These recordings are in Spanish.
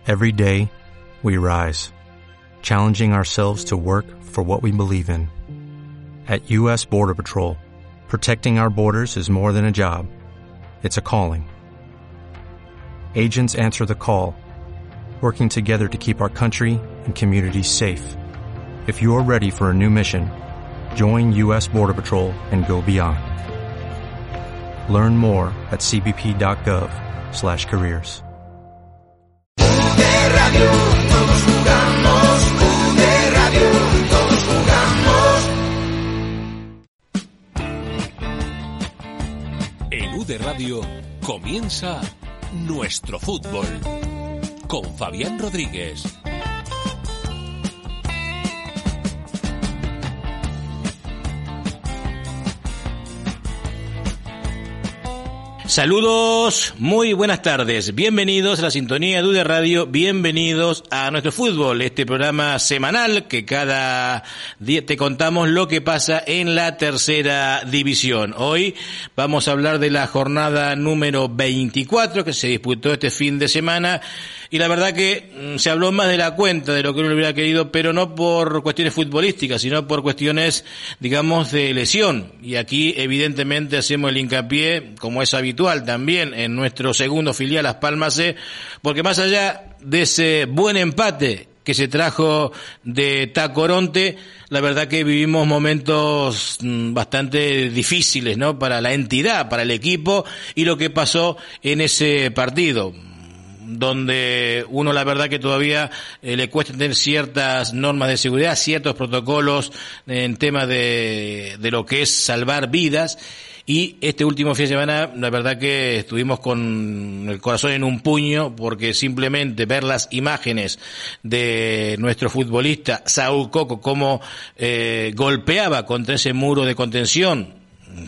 Every day, we rise, challenging ourselves to work for what we believe in. At U.S. Border Patrol, protecting our borders is more than a job. It's a calling. Agents answer the call, working together to keep our country and communities safe. If you're ready for a new mission, join U.S. Border Patrol and go beyond. Learn more at cbp.gov/careers. Radio, todos jugamos. De Radio, todos jugamos. En UD Radio comienza Nuestro Fútbol con Fabián Rodríguez. Saludos, muy buenas tardes, bienvenidos a la sintonía de UD Radio, bienvenidos a Nuestro Fútbol, este programa semanal que cada día te contamos lo que pasa en la tercera división. Hoy vamos a hablar de la jornada número 24 que se disputó este fin de semana y la verdad que se habló más de la cuenta de lo que uno hubiera querido, pero no por cuestiones futbolísticas, sino por cuestiones, digamos, de lesión. Y aquí evidentemente hacemos el hincapié, como es habitual, también en nuestro segundo filial Las Palmas C, porque más allá de ese buen empate que se trajo de Tacoronte, la verdad que vivimos momentos bastante difíciles, ¿no? Para la entidad, para el equipo y lo que pasó en ese partido, donde uno la verdad que todavía le cuesta tener ciertas normas de seguridad, ciertos protocolos en tema de lo que es salvar vidas. Y este último fin de semana, la verdad que estuvimos con el corazón en un puño, porque simplemente ver las imágenes de nuestro futbolista Saúl Coco, cómo golpeaba contra ese muro de contención,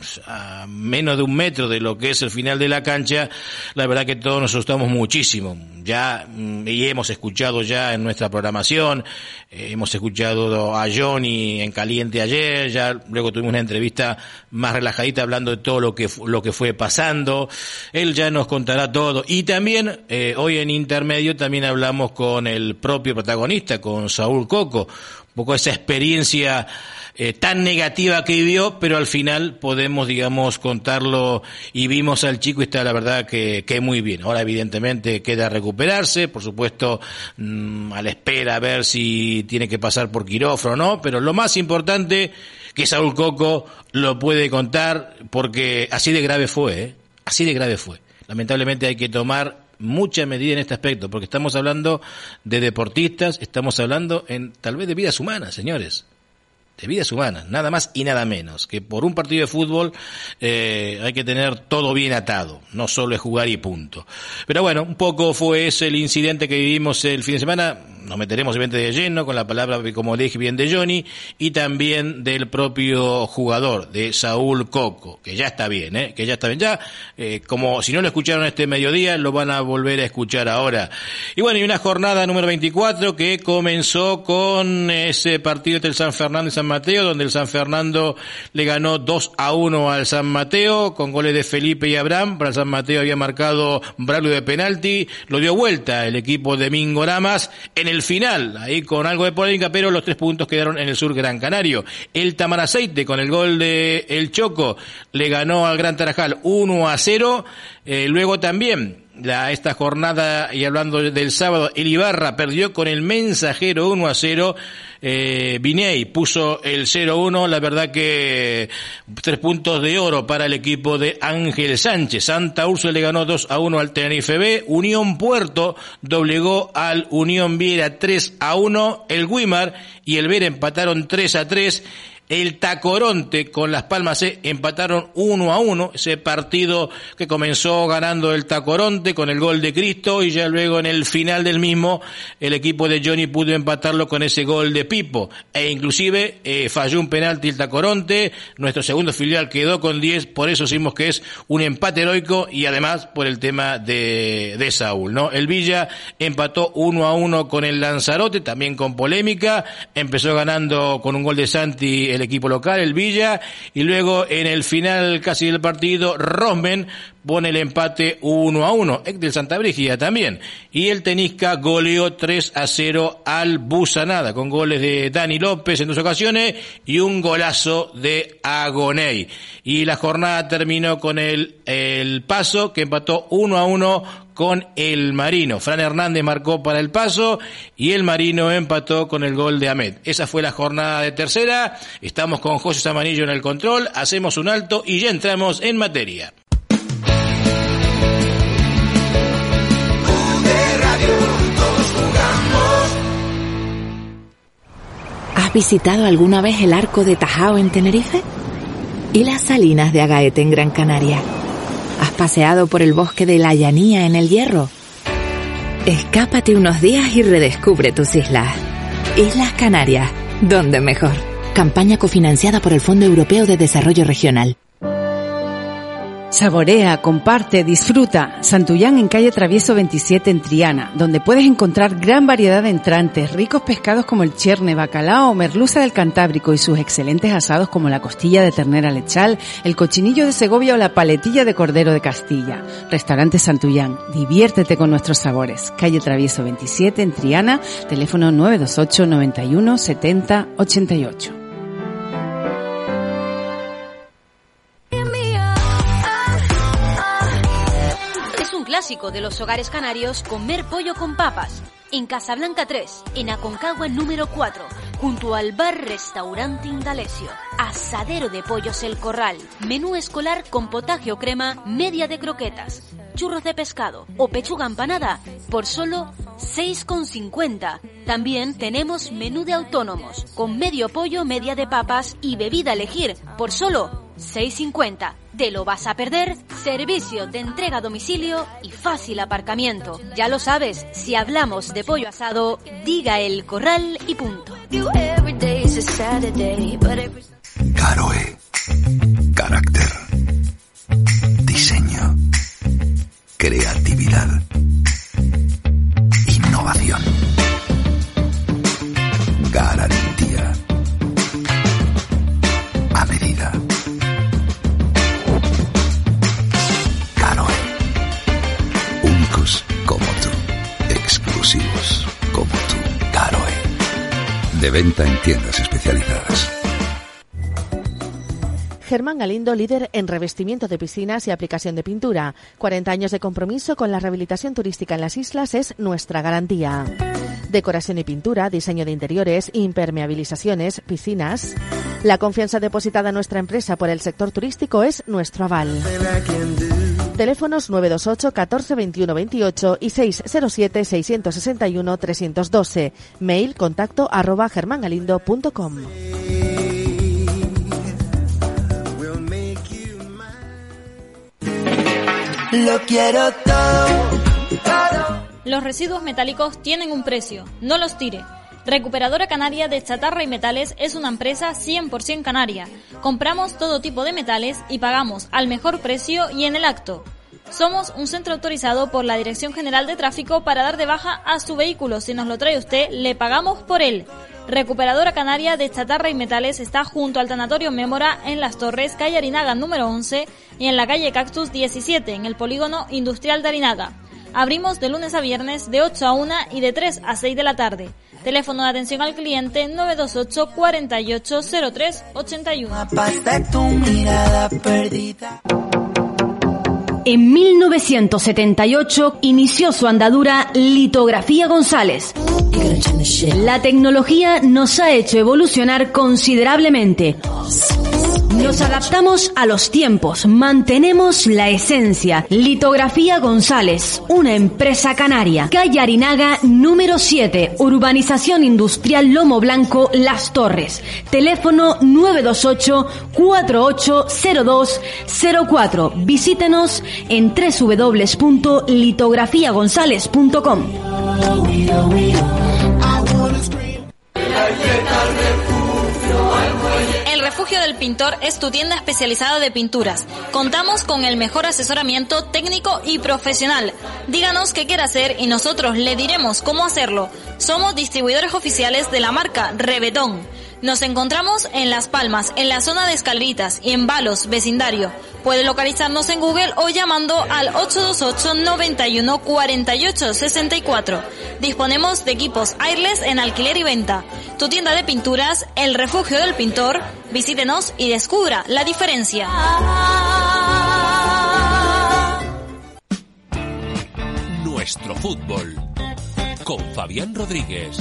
a menos de 1 metro de lo que es el final de la cancha, la verdad que todos nos asustamos muchísimo. Ya, y hemos escuchado ya en nuestra programación, hemos escuchado a Johnny en Caliente ayer, ya luego tuvimos una entrevista más relajadita hablando de todo lo que fue pasando. Él ya nos contará todo. Y también, hoy en Intermedio también hablamos con el propio protagonista, con Saúl Coco, un poco esa experiencia tan negativa que vivió, pero al final podemos, digamos, contarlo y vimos al chico y está la verdad que muy bien. Ahora evidentemente queda recuperarse, por supuesto, a la espera a ver si tiene que pasar por quirófano o no, pero lo más importante que Saúl Coco lo puede contar porque así de grave fue, así de grave fue. Lamentablemente hay que tomar mucha medida en este aspecto, porque estamos hablando de deportistas, estamos hablando tal vez de vidas humanas, señores. De vidas humanas, nada más y nada menos, que por un partido de fútbol hay que tener todo bien atado, no solo es jugar y punto. Pero bueno, un poco fue ese el incidente que vivimos el fin de semana. Nos meteremos obviamente de lleno con la palabra, como le dije bien, de Johnny y también del propio jugador, de Saúl Coco, que ya está bien, que ya está bien. Ya, como si no lo escucharon este mediodía, lo van a volver a escuchar ahora. Y bueno, y una jornada número 24 que comenzó con ese partido entre el San Fernando y San Mateo, donde el San Fernando le ganó 2-1 al San Mateo, con goles de Felipe y Abraham. Para el San Mateo había marcado Braulio de penalti, lo dio vuelta el equipo de Mingoramas en el final, ahí con algo de polémica, pero los 3 puntos quedaron en el sur Gran Canario. El Tamaraceite, con el gol de El Choco, le ganó al Gran Tarajal 1-0, luego también esta jornada, y hablando del sábado, el Ibarra perdió con el Mensajero 1-0, Viney puso el 0-1, la verdad que 3 puntos de oro para el equipo de Ángel Sánchez. Santa Úrsula le ganó 2-1 al Tenerife B, Unión Puerto doblegó al Unión Viera 3-1, el Güímar y el Vera empataron 3-3, el Tacoronte con Las Palmas C empataron 1-1, ese partido que comenzó ganando el Tacoronte con el gol de Cristo y ya luego en el final del mismo el equipo de Johnny pudo empatarlo con ese gol de Pipo e inclusive falló un penalti el Tacoronte, nuestro segundo filial quedó con 10, por eso decimos que es un empate heroico y además por el tema de Saúl, ¿no? El Villa empató 1-1 con el Lanzarote, también con polémica, empezó ganando con un gol de Santi el equipo local, el Villa, y luego en el final casi del partido, Rosmen pone el empate 1-1, ex del Santa Brígida también, y el Tenisca goleó 3-0 al Busanada, con goles de Dani López en 2 ocasiones y un golazo de Agoney. Y la jornada terminó con el Paso, que empató 1-1 con el Marino. Fran Hernández marcó para el Paso y el Marino empató con el gol de Ahmed. Esa fue la jornada de tercera. Estamos con José Samanillo en el control, hacemos un alto y ya entramos en materia. ¿Has visitado alguna vez el Arco de Tajao en Tenerife? ¿Y las Salinas de Agaete en Gran Canaria? ¿Has paseado por el bosque de la Llanía en El Hierro? Escápate unos días y redescubre tus islas. Islas Canarias, ¿dónde mejor? Campaña cofinanciada por el Fondo Europeo de Desarrollo Regional. Saborea, comparte, disfruta. Santullán en calle Travieso 27 en Triana, donde puedes encontrar gran variedad de entrantes, ricos pescados como el cherne, bacalao o merluza del Cantábrico y sus excelentes asados como la costilla de ternera lechal, el cochinillo de Segovia o la paletilla de cordero de Castilla. Restaurante Santullán, diviértete con nuestros sabores. Calle Travieso 27 en Triana, teléfono 928 91 70 88. Clásico de los hogares canarios, comer pollo con papas. En Casablanca 3, en Aconcagua número 4, junto al bar Restaurante Indalecio. Asadero de pollos El Corral. Menú escolar con potaje o crema, media de croquetas, churros de pescado o pechuga empanada por solo 6,50. También tenemos menú de autónomos, con medio pollo, media de papas y bebida a elegir por solo 6,50. ¿Te lo vas a perder? Servicio de entrega a domicilio y fácil aparcamiento. Ya lo sabes, si hablamos de pollo asado, diga El Corral y punto. Caroe. Carácter. Diseño. Creatividad. Innovación. Garantía. A medida. Caroe. Únicos como tú. Exclusivos como tú. Caroe. De venta en tiendas especializadas. Germán Galindo, líder en revestimiento de piscinas y aplicación de pintura. 40 años de compromiso con la rehabilitación turística en las islas es nuestra garantía. Decoración y pintura, diseño de interiores, impermeabilizaciones, piscinas. La confianza depositada en nuestra empresa por el sector turístico es nuestro aval. Teléfonos 928 14 21 28 y 607 661 312. Mail contacto @germangalindo.com. Lo quiero todo. Los residuos metálicos tienen un precio, no los tire. Recuperadora Canaria de Chatarra y Metales es una empresa 100% canaria. Compramos todo tipo de metales y pagamos al mejor precio y en el acto. Somos un centro autorizado por la Dirección General de Tráfico para dar de baja a su vehículo. Si nos lo trae usted, le pagamos por él. Recuperadora Canaria de Chatarra y Metales está junto al Tanatorio Mémora en Las Torres, calle Arinaga número 11 y en la calle Cactus 17 en el Polígono Industrial de Arinaga. Abrimos de lunes a viernes de 8 a 1 y de 3 a 6 de la tarde. Teléfono de atención al cliente 928 48 03 81. En 1978 inició su andadura Litografía González. La tecnología nos ha hecho evolucionar considerablemente. Nos adaptamos a los tiempos, mantenemos la esencia. Litografía González, una empresa canaria. Calle Arinaga, número 7, Urbanización Industrial Lomo Blanco, Las Torres. Teléfono 928 480204. Visítenos en www.litografiagonzalez.com. El Refugio del Pintor es tu tienda especializada de pinturas. Contamos con el mejor asesoramiento técnico y profesional. Díganos qué quiere hacer y nosotros le diremos cómo hacerlo. Somos distribuidores oficiales de la marca Rebetón. Nos encontramos en Las Palmas, en la zona de Escaleritas y en Balos, vecindario. Puede localizarnos en Google o llamando al 828 91 48 64. Disponemos de equipos Airless en alquiler y venta. Tu tienda de pinturas, El Refugio del Pintor. Visítenos y descubra la diferencia. Nuestro fútbol con Fabián Rodríguez.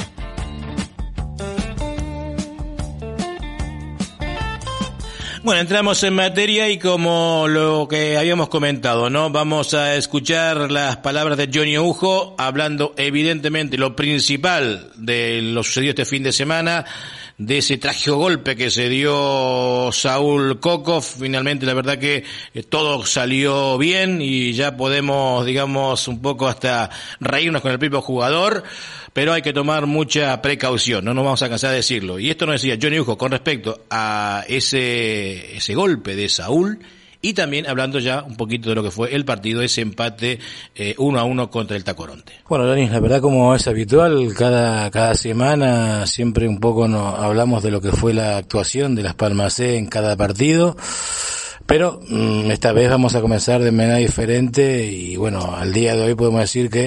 Bueno, entramos en materia y como lo que habíamos comentado, ¿no? Vamos a escuchar las palabras de Johnny Araujo hablando evidentemente lo principal de lo sucedido este fin de semana, de ese trágico golpe que se dio Saúl Coco. Finalmente la verdad que todo salió bien y ya podemos, digamos, un poco hasta reírnos con el propio jugador. Pero hay que tomar mucha precaución, no nos vamos a cansar de decirlo. Y esto nos decía Johnny Araujo con respecto a ese golpe de Saúl y también hablando ya un poquito de lo que fue el partido, ese empate 1-1 contra el Tacoronte. Bueno, Dani, la verdad como es habitual, cada semana siempre un poco hablamos de lo que fue la actuación de Las Palmas C en cada partido. Pero esta vez vamos a comenzar de manera diferente y bueno, al día de hoy podemos decir que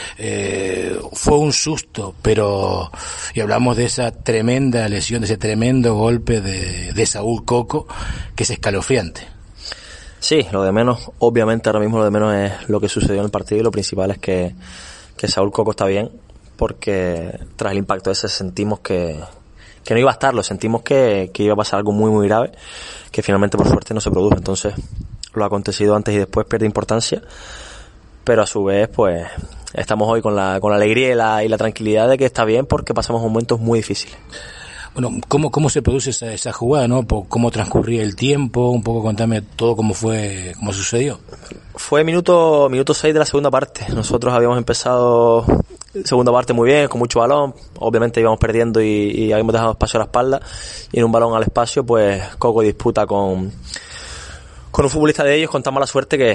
fue un susto, pero y hablamos de esa tremenda lesión, de ese tremendo golpe de Saúl Coco, que es escalofriante. Sí, lo de menos, obviamente ahora mismo lo de menos es lo que sucedió en el partido y lo principal es que Saúl Coco está bien, porque tras el impacto ese sentimos que no iba a estar, lo sentimos que iba a pasar algo muy muy grave, que finalmente por suerte no se produjo. Entonces lo acontecido antes y después pierde importancia, pero a su vez pues estamos hoy con la alegría y la tranquilidad de que está bien, porque pasamos momentos muy difíciles. Bueno, ¿cómo se produce esa jugada, no? ¿Cómo transcurría el tiempo? Un poco contame todo cómo sucedió. Fue minuto 6 de la segunda parte. Nosotros habíamos empezado segunda parte muy bien, con mucho balón. Obviamente íbamos perdiendo y habíamos dejado espacio a la espalda. Y en un balón al espacio, pues Coco disputa con un futbolista de ellos con tan mala suerte que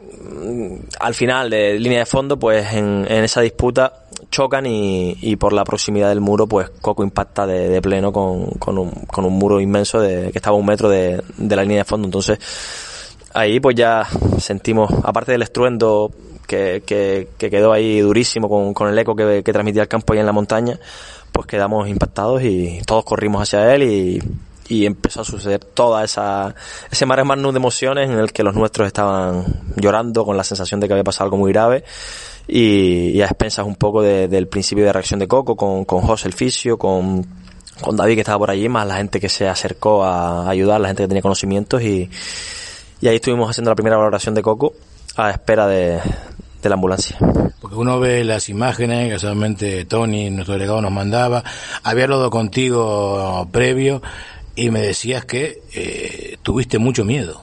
al final de línea de fondo, pues en esa disputa chocan y por la proximidad del muro, pues Coco impacta de pleno con un muro inmenso que estaba a 1 metro de la línea de fondo. Entonces ahí pues ya sentimos, aparte del estruendo que quedó ahí durísimo con el eco que transmitía el campo ahí en la montaña, pues quedamos impactados y todos corrimos hacia él y empezó a suceder toda ese mare magnum de emociones en el que los nuestros estaban llorando con la sensación de que había pasado algo muy grave y a expensas un poco del principio de reacción de Coco con José el fisio, con David que estaba por allí, más la gente que se acercó a ayudar, la gente que tenía conocimientos y ahí estuvimos haciendo la primera valoración de Coco a espera de la ambulancia. Porque uno ve las imágenes que solamente Tony, nuestro delegado, nos mandaba. Había hablado contigo previo y me decías que tuviste mucho miedo.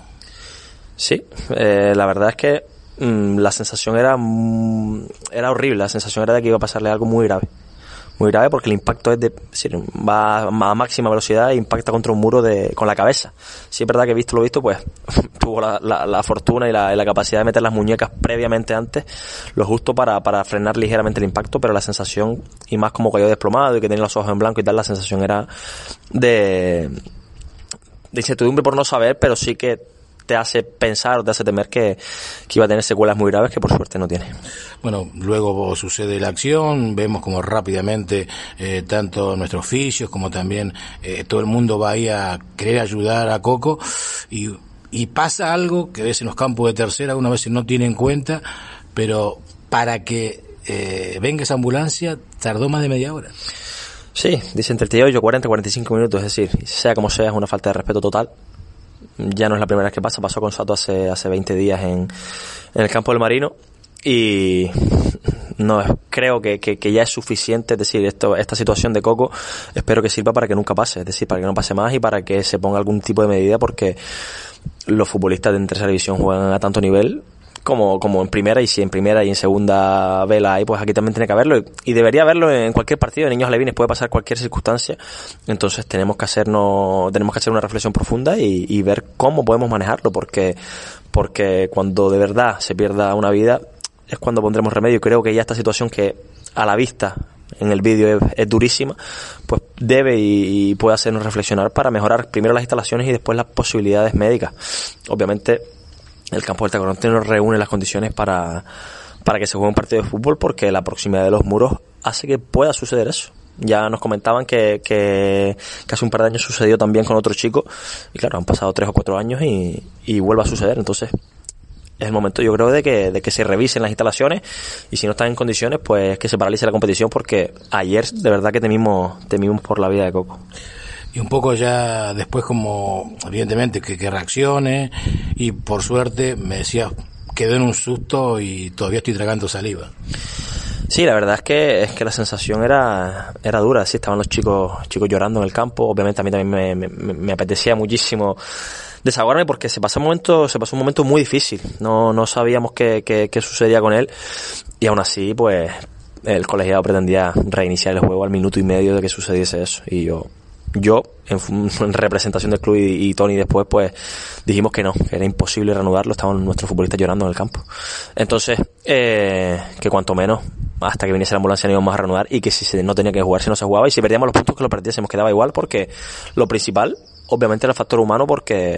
Sí, la verdad es que la sensación era horrible. La sensación era de que iba a pasarle algo muy grave porque el impacto es decir, va a máxima velocidad e impacta contra un muro con la cabeza. Sí es verdad que visto lo visto, pues tuvo la fortuna y la capacidad de meter las muñecas previamente antes, lo justo para frenar ligeramente el impacto, pero la sensación, y más como cayó desplomado y que tenía los ojos en blanco y tal, la sensación era de incertidumbre por no saber, pero sí que te hace pensar o te hace temer que iba a tener secuelas muy graves que por suerte no tiene. Bueno, luego sucede la acción, vemos como rápidamente tanto nuestros fisios como también todo el mundo va ahí a querer ayudar a Coco y pasa algo que a veces en los campos de tercera uno a veces no tiene en cuenta, pero para que venga esa ambulancia tardó más de media hora. Sí, dice entre 38, 40, 45 minutos, es decir, sea como sea, es una falta de respeto total. Ya no es la primera vez que pasó con Sato hace 20 días en el campo del Marino y no creo que ya es suficiente. Es decir, esta situación de Coco espero que sirva para que nunca pase, es decir, para que no pase más y para que se ponga algún tipo de medida, porque los futbolistas de tercera división juegan a tanto nivel como en primera, y si en primera y en segunda vela hay, pues aquí también tiene que haberlo y debería haberlo en cualquier partido. De niños alevines puede pasar cualquier circunstancia, entonces tenemos que hacer una reflexión profunda y ver cómo podemos manejarlo, porque cuando de verdad se pierda una vida es cuando pondremos remedio. Creo que ya esta situación, que a la vista en el vídeo es durísima, pues debe y puede hacernos reflexionar para mejorar primero las instalaciones y después las posibilidades médicas. Obviamente el campo del Tacoronte no reúne las condiciones para que se juegue un partido de fútbol, porque la proximidad de los muros hace que pueda suceder eso. Ya nos comentaban que hace un par de años sucedió también con otro chico, y claro, han pasado 3 o 4 años y vuelve a suceder. Entonces es el momento, yo creo, de que se revisen las instalaciones, y si no están en condiciones, pues que se paralice la competición, porque ayer de verdad que temimos por la vida de Coco. Y un poco ya después, como evidentemente que reaccione, y por suerte me decía, quedó en un susto y todavía estoy tragando saliva. Sí, la verdad es que la sensación era dura. Sí, estaban los chicos llorando en el campo. Obviamente a mí también me apetecía muchísimo desahogarme, porque se pasó un momento muy difícil. No sabíamos qué sucedía con él, y aún así pues el colegiado pretendía reiniciar el juego al minuto y medio de que sucediese eso, y yo en representación del club y Tony después, pues dijimos que no, que era imposible reanudarlo. Estaban nuestros futbolistas llorando en el campo. Entonces que cuanto menos hasta que viniese la ambulancia no íbamos a reanudar, y que si no tenía que jugarse no se jugaba, y si perdíamos los puntos que lo perdiésemos quedaba igual, porque lo principal obviamente era el factor humano, porque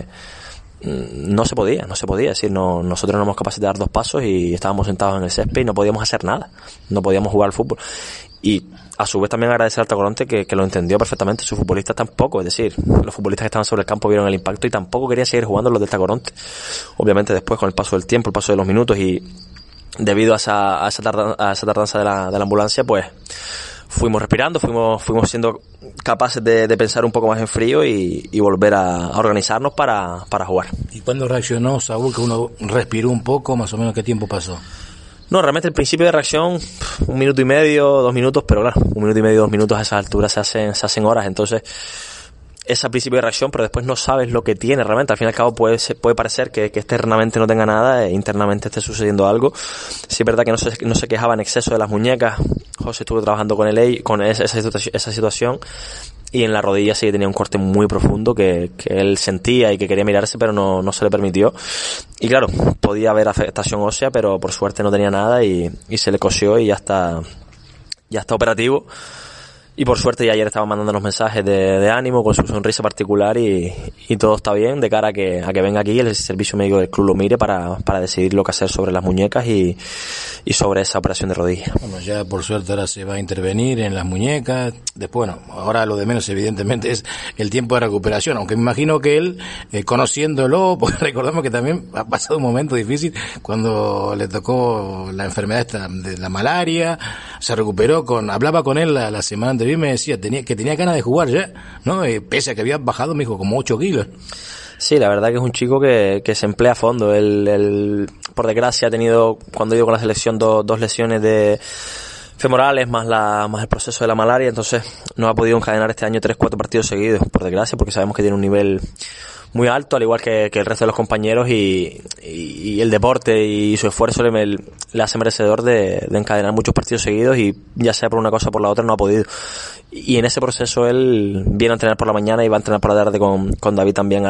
no se podía, es decir, nosotros no éramos capaces de dar 2 pasos y estábamos sentados en el césped y no podíamos hacer nada, no podíamos jugar al fútbol. Y a su vez también agradecer al Tacoronte que lo entendió perfectamente. Sus futbolistas tampoco, es decir, los futbolistas que estaban sobre el campo vieron el impacto y tampoco querían seguir jugando los del Tacoronte. Obviamente después, con el paso del tiempo, el paso de los minutos, y debido a esa tardanza de la ambulancia, pues fuimos respirando, fuimos siendo capaces de pensar un poco más en frío y volver a organizarnos para jugar. ¿Y cuándo reaccionó Saúl, que uno respiró un poco? Más o menos, ¿qué tiempo pasó? No, realmente el principio de reacción, 1 minuto y medio, 2 minutos, pero claro, 1 minuto y medio, 2 minutos a esas alturas se hacen horas. Entonces ese principio de reacción, pero después no sabes lo que tiene realmente. Al fin y al cabo puede parecer que externamente no tenga nada e internamente esté sucediendo algo. Sí es verdad que no se quejaba en exceso de las muñecas. José estuvo trabajando con él con esa situación, y en la rodilla sí que tenía un corte muy profundo que él sentía y que quería mirarse, pero no se le permitió. Y claro, podía haber afectación ósea, pero por suerte no tenía nada, y se le cosió y ya está operativo. Y por suerte ya ayer estaba mandándonos mensajes de ánimo con su sonrisa particular, y todo está bien, de cara a que venga aquí el servicio médico del club lo mire para decidir lo que hacer sobre las muñecas y sobre esa operación de rodilla. Bueno, ya por suerte ahora se va a intervenir en las muñecas. Después, bueno, ahora lo de menos evidentemente es el tiempo de recuperación, aunque me imagino que él, conociéndolo, pues recordamos que también ha pasado un momento difícil cuando le tocó la enfermedad esta de la malaria, se recuperó hablaba con él la semana anterior, me decía que tenía ganas de jugar ya, ¿no? Pese a que había bajado, me dijo, como 8 kilos. Sí, la verdad que es un chico que se emplea a fondo. Él por desgracia ha tenido, cuando ha ido con la selección, dos lesiones femorales más el proceso de la malaria. Entonces no ha podido encadenar este año 3-4 partidos seguidos, por desgracia, porque sabemos que tiene un nivel muy alto, al igual que el resto de los compañeros, y el deporte y su esfuerzo le hace merecedor de encadenar muchos partidos seguidos, y ya sea por una cosa o por la otra no ha podido. Y en ese proceso él viene a entrenar por la mañana y va a entrenar por la tarde con David también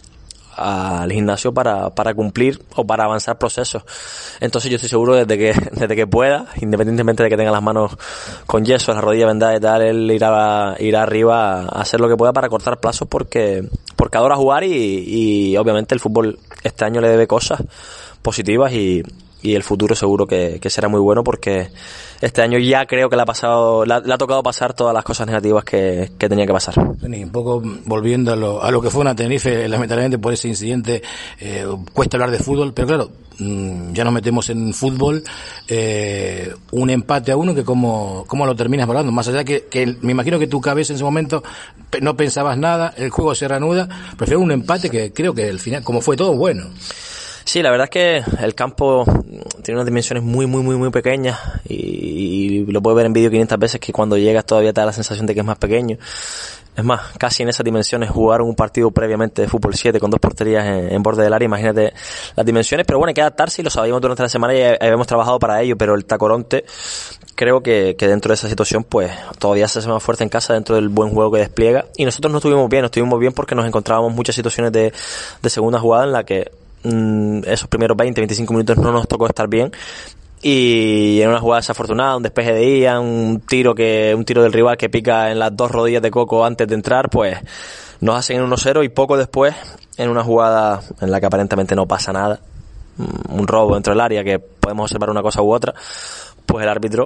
al gimnasio para cumplir o para avanzar procesos. Entonces yo estoy seguro desde que pueda, independientemente de que tenga las manos con yeso, la rodilla vendada y tal, él irá arriba a hacer lo que pueda para cortar plazos, porque adora jugar, y obviamente el fútbol este año le debe cosas positivas, y el futuro seguro que será muy bueno, porque este año ya creo que le ha tocado pasar todas las cosas negativas que tenía que pasar. Un poco volviendo a lo que fue una Tenerife, lamentablemente por ese incidente cuesta hablar de fútbol, pero claro, ya nos metemos en fútbol, un empate a 1, que cómo lo terminas valorando, más allá que me imagino que tu cabeza en ese momento no pensabas nada, el juego se reanuda, prefiero un empate que creo que al final, como fue todo, bueno. Sí, la verdad es que el campo tiene unas dimensiones muy, muy, muy, muy pequeñas, y lo puedes ver en vídeo 500 veces, que cuando llegas todavía te da la sensación de que es más pequeño. Es más, casi en esas dimensiones jugaron un partido previamente de fútbol 7 con 2 porterías en borde del área, imagínate las dimensiones, pero bueno, hay que adaptarse, y lo sabíamos durante la semana y habíamos trabajado para ello, pero el Tacoronte creo que dentro de esa situación pues todavía se hace más fuerte en casa dentro del buen juego que despliega, y nosotros no estuvimos bien porque nos encontrábamos muchas situaciones de segunda jugada en la que esos primeros 20-25 minutos no nos tocó estar bien, y en una jugada desafortunada, un despeje de Ian, un tiro del rival que pica en las 2 rodillas de Coco antes de entrar, pues nos hacen en 1-0 y poco después, en una jugada en la que aparentemente no pasa nada, un robo dentro del área que podemos observar una cosa u otra, pues el árbitro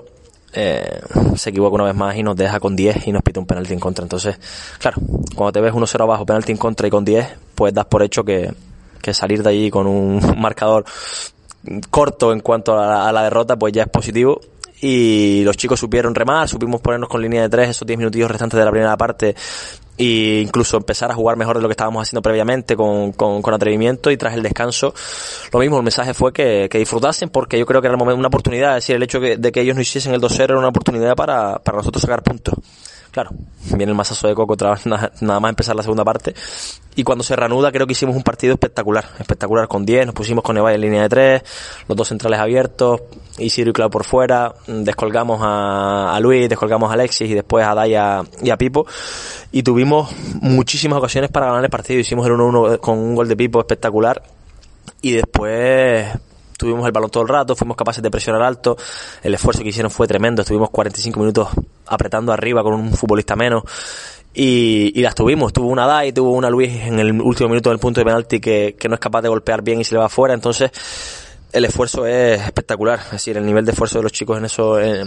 se equivoca una vez más y nos deja con 10 y nos pide un penalti en contra. Entonces, claro, cuando te ves 1-0 abajo, penalti en contra y con 10, pues das por hecho que salir de allí con un marcador corto en cuanto a la derrota, pues ya es positivo. Y los chicos supieron remar, supimos ponernos con línea de 3 esos 10 minutillos restantes de la primera parte e incluso empezar a jugar mejor de lo que estábamos haciendo previamente con atrevimiento. Y tras el descanso lo mismo, el mensaje fue que disfrutasen, porque yo creo que era una oportunidad, es decir, el hecho de que ellos no hiciesen el 2-0 era una oportunidad para nosotros sacar puntos. Claro, viene el mazazo de Coco nada más empezar la segunda parte, y cuando se reanuda creo que hicimos un partido espectacular con 10, nos pusimos con Evay en línea de 3, los dos centrales abiertos, Isidro y Clau por fuera, descolgamos a Luis, descolgamos a Alexis y después a Daya y a Pipo, y tuvimos muchísimas ocasiones para ganar el partido. Hicimos el 1-1 con un gol de Pipo espectacular, y después tuvimos el balón todo el rato, fuimos capaces de presionar alto, el esfuerzo que hicieron fue tremendo, estuvimos 45 minutos apretando arriba con un futbolista menos, y las tuvimos. Tuvo una Dai, tuvo una Luis en el último minuto del punto de penalti que no es capaz de golpear bien y se le va afuera. Entonces el esfuerzo es espectacular, es decir, el nivel de esfuerzo de los chicos en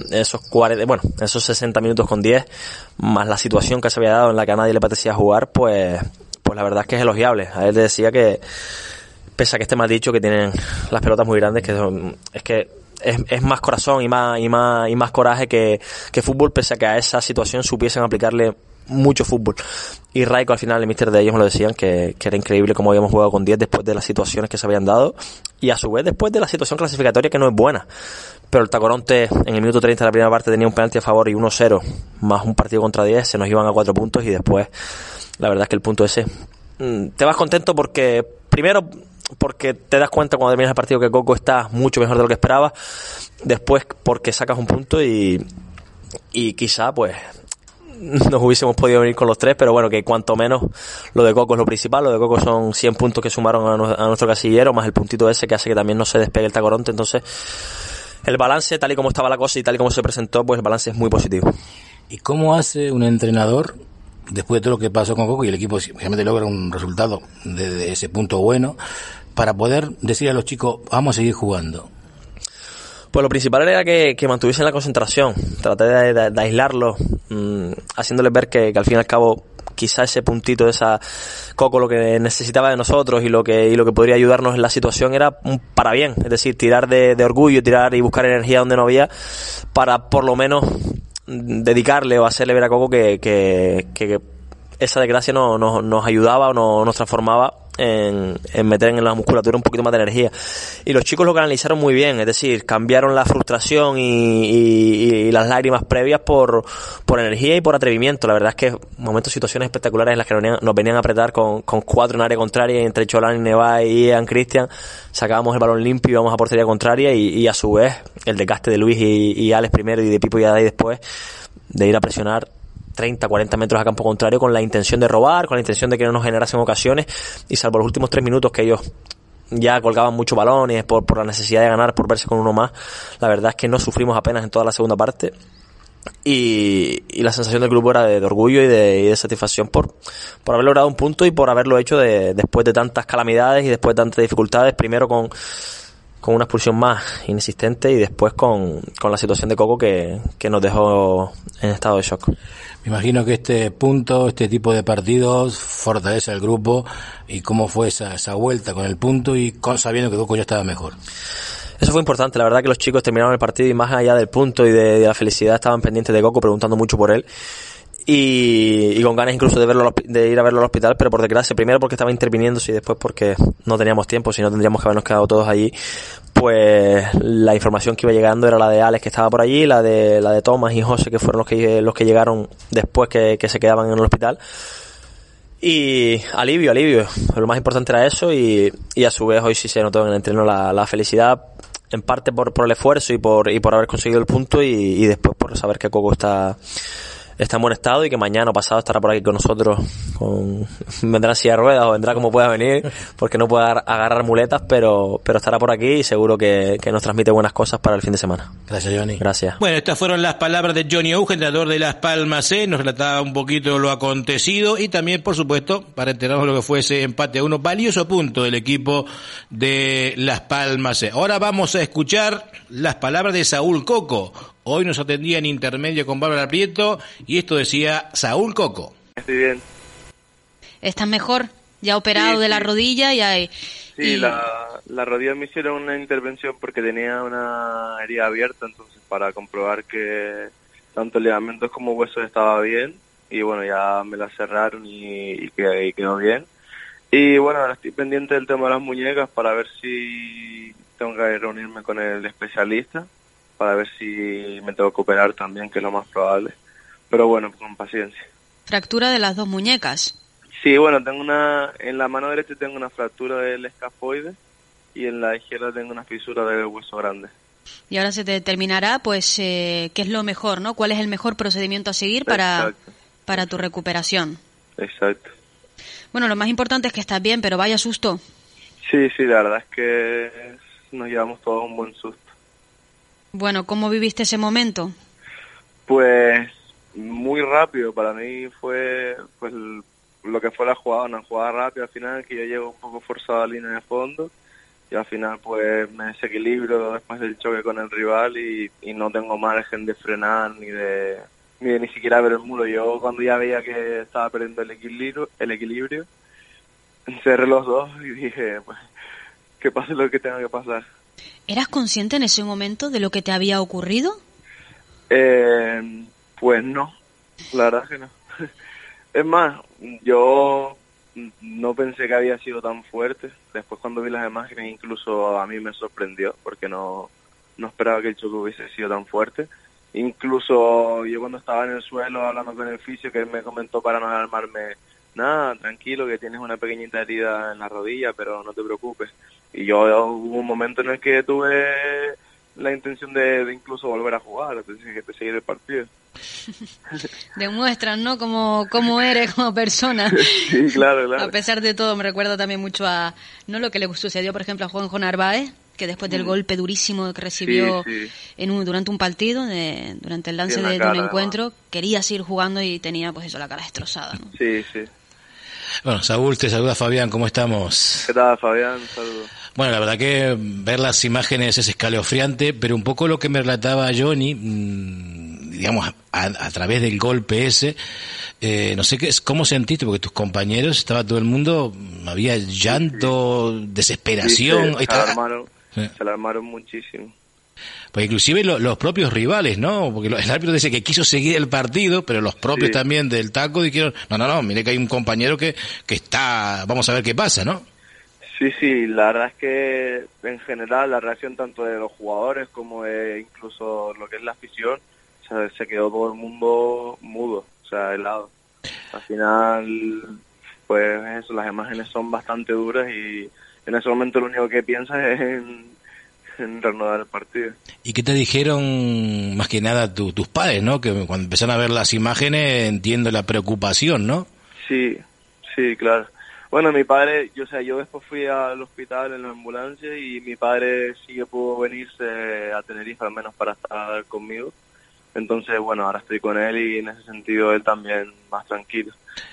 esos 60 minutos con 10, más la situación que se había dado en la que a nadie le apetecía jugar, pues la verdad es que es elogiable. A él le decía que, pese a que esté mal dicho, que tienen las pelotas muy grandes, es más corazón y más coraje que fútbol, pese a que a esa situación supiesen aplicarle mucho fútbol. Y Raiko, al final, el míster de ellos me lo decían, que era increíble cómo habíamos jugado con 10 después de las situaciones que se habían dado, y a su vez después de la situación clasificatoria, que no es buena. Pero el Tacoronte en el minuto 30 de la primera parte tenía un penalti a favor y 1-0 más un partido contra 10, se nos iban a 4 puntos, y después la verdad es que el punto ese te vas contento porque te das cuenta cuando terminas el partido que Coco está mucho mejor de lo que esperabas, después porque sacas un punto y quizá pues nos hubiésemos podido venir con los 3, pero bueno, que cuanto menos lo de Coco es lo principal. Lo de Coco son 100 puntos que sumaron a nuestro casillero, más el puntito ese que hace que también no se despegue el Tacoronte. Entonces el balance, tal y como estaba la cosa y tal y como se presentó, pues el balance es muy positivo. ¿Y cómo hace un entrenador, después de todo lo que pasó con Coco y el equipo realmente logra un resultado de ese punto bueno, para poder decir a los chicos, vamos a seguir jugando? Pues lo principal era que mantuviesen la concentración. Traté de aislarlos, haciéndoles ver que al fin y al cabo quizá ese puntito de esa Coco, lo que necesitaba de nosotros y lo que podría ayudarnos en la situación era un para bien, es decir, tirar de orgullo, tirar y buscar energía donde no había, para por lo menos dedicarle o hacerle ver a Coco que esa desgracia nos ayudaba o nos transformaba en meter en la musculatura un poquito más de energía. Y los chicos lo canalizaron muy bien, es decir, cambiaron la frustración y las lágrimas previas por energía y por atrevimiento. La verdad es que momentos, situaciones espectaculares en las que nos venían a apretar con 4 en área contraria, entre Cholán, Nevai y Ian Cristian, sacábamos el balón limpio y íbamos a portería contraria, y a su vez el desgaste de Luis y Alex primero, y de Pipo y Adai después, de ir a presionar 30, 40 metros a campo contrario con la intención de robar, con la intención de que no nos generasen ocasiones, y salvo los últimos 3 minutos que ellos ya colgaban muchos balones por la necesidad de ganar, por verse con uno más, la verdad es que no sufrimos apenas en toda la segunda parte, y la sensación del grupo era de orgullo y de satisfacción por haber logrado un punto y por haberlo hecho después de tantas calamidades y después de tantas dificultades, primero con una expulsión más inexistente y después con la situación de Coco que nos dejó en estado de shock. Me imagino que este tipo de partidos fortalece al grupo. ¿Y cómo fue esa vuelta con el punto y sabiendo que Coco ya estaba mejor? Eso fue importante, la verdad que los chicos terminaron el partido y más allá del punto y de la felicidad estaban pendientes de Coco, preguntando mucho por él. Y con ganas incluso de ir a verlo al hospital, pero por desgracia, primero porque estaba interviniéndose y después porque no teníamos tiempo, si no tendríamos que habernos quedado todos allí. Pues la información que iba llegando era la de Alex, que estaba por allí, la de Tomás y José, que fueron los que llegaron después que se quedaban en el hospital. Y alivio, pero lo más importante era eso, y a su vez hoy sí se notó en el entreno la felicidad, en parte por el esfuerzo y por haber conseguido el punto, y después por saber que Coco está está en buen estado y que mañana o pasado estará por aquí con nosotros. Vendrá en silla de ruedas o vendrá como pueda venir, porque no puede agarrar muletas, pero estará por aquí y seguro que nos transmite buenas cosas para el fin de semana. Gracias, Johnny. Gracias. Bueno, estas fueron las palabras de Johnny Auge, entrenador de Las Palmas C. Nos relataba un poquito lo acontecido y también, por supuesto, para enterarnos de lo que fue ese empate a 1, valioso punto del equipo de Las Palmas C. Ahora vamos a escuchar las palabras de Saúl Coco. Hoy nos atendía en intermedio con Bárbara Prieto y esto decía Saúl Coco. Estoy bien. ¿Estás mejor? ¿Ya operado de la rodilla? Sí, la rodilla me hicieron una intervención porque tenía una herida abierta, entonces para comprobar que tanto ligamentos como huesos estaba bien, y bueno, ya me la cerraron y quedó bien. Y bueno, ahora estoy pendiente del tema de las muñecas para ver si tengo que reunirme con el especialista, para ver si me tengo que operar también, que es lo más probable. Pero bueno, con paciencia. ¿Fractura de las dos muñecas? Sí, bueno, en la mano derecha tengo una fractura del escafoide y en la izquierda tengo una fisura del hueso grande. Y ahora se te determinará, pues, qué es lo mejor, ¿no? ¿Cuál es el mejor procedimiento a seguir para tu recuperación? Exacto. Bueno, lo más importante es que estás bien, pero vaya susto. Sí, la verdad es que nos llevamos todos un buen susto. Bueno, ¿cómo viviste ese momento? Pues muy rápido, para mí fue pues lo que fue la jugada, una jugada rápida al final, que yo llego un poco forzado a la línea de fondo y al final pues me desequilibro después del choque con el rival y no tengo margen de frenar ni siquiera ver el muro. Yo cuando ya veía que estaba perdiendo el equilibrio, cerré los ojos y dije, pues, que pase lo que tenga que pasar. ¿Eras consciente en ese momento de lo que te había ocurrido? Pues no, la verdad que no. Es más, yo no pensé que había sido tan fuerte. Después cuando vi las imágenes incluso a mí me sorprendió porque no esperaba que el choque hubiese sido tan fuerte. Incluso yo cuando estaba en el suelo hablando con el fisio, que él me comentó para no alarmarme, nada, tranquilo, que tienes una pequeñita herida en la rodilla, pero no te preocupes. Y yo hubo un momento en el que tuve la intención de incluso volver a jugar, de seguir el partido. Demuestran, ¿no? Cómo eres como persona. Sí, claro. A pesar de todo, me recuerda también mucho a lo que le sucedió, por ejemplo, a Juanjo Narváez, que después del golpe durísimo que recibió durante un partido, durante el lance de un encuentro, quería seguir jugando y tenía pues eso, la cara destrozada, ¿no? Sí. Bueno, Saúl, te saluda Fabián, ¿cómo estamos? ¿Qué tal, Fabián? Saludos. Bueno, la verdad que ver las imágenes es escalofriante, pero un poco lo que me relataba Johnny, digamos, a través del golpe ese, no sé cómo sentiste, porque tus compañeros, estaba todo el mundo, había llanto, desesperación. Sí, se alarmaron muchísimo. Pues inclusive los propios rivales, ¿no? Porque el árbitro dice que quiso seguir el partido, pero los propios también del taco dijeron, no, mire que hay un compañero que está, vamos a ver qué pasa, ¿no? Sí, la verdad es que en general la reacción tanto de los jugadores como de incluso lo que es la afición, o sea, se quedó todo el mundo mudo, o sea, helado. Al final, pues eso, las imágenes son bastante duras y en ese momento lo único que piensas es en reanudar el partido. ¿Y qué te dijeron más que nada tus padres, no? Que cuando empezaron a ver las imágenes entiendo la preocupación, ¿no? Sí, claro. Bueno, mi padre, yo después fui al hospital en la ambulancia y mi padre sí que pudo venirse a Tenerife al menos para estar conmigo. Entonces, bueno, ahora estoy con él y en ese sentido él también más tranquilo.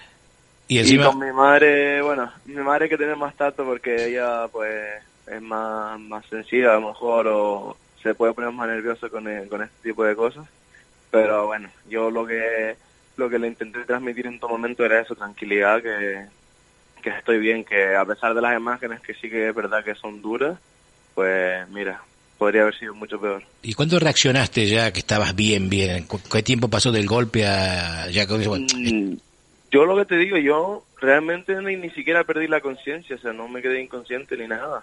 Y con mi madre, bueno, mi madre hay que tener más tacto porque ella pues es más sencilla a lo mejor o se puede poner más nerviosa con este tipo de cosas. Pero bueno, yo lo que le intenté transmitir en todo momento era eso, tranquilidad, que estoy bien, que a pesar de las imágenes que sí que es verdad que son duras, pues mira, podría haber sido mucho peor. ¿Y cuándo reaccionaste ya que estabas bien? ¿Qué tiempo pasó del golpe a ya con eso? Yo lo que te digo, yo realmente ni siquiera perdí la conciencia, o sea, no me quedé inconsciente ni nada.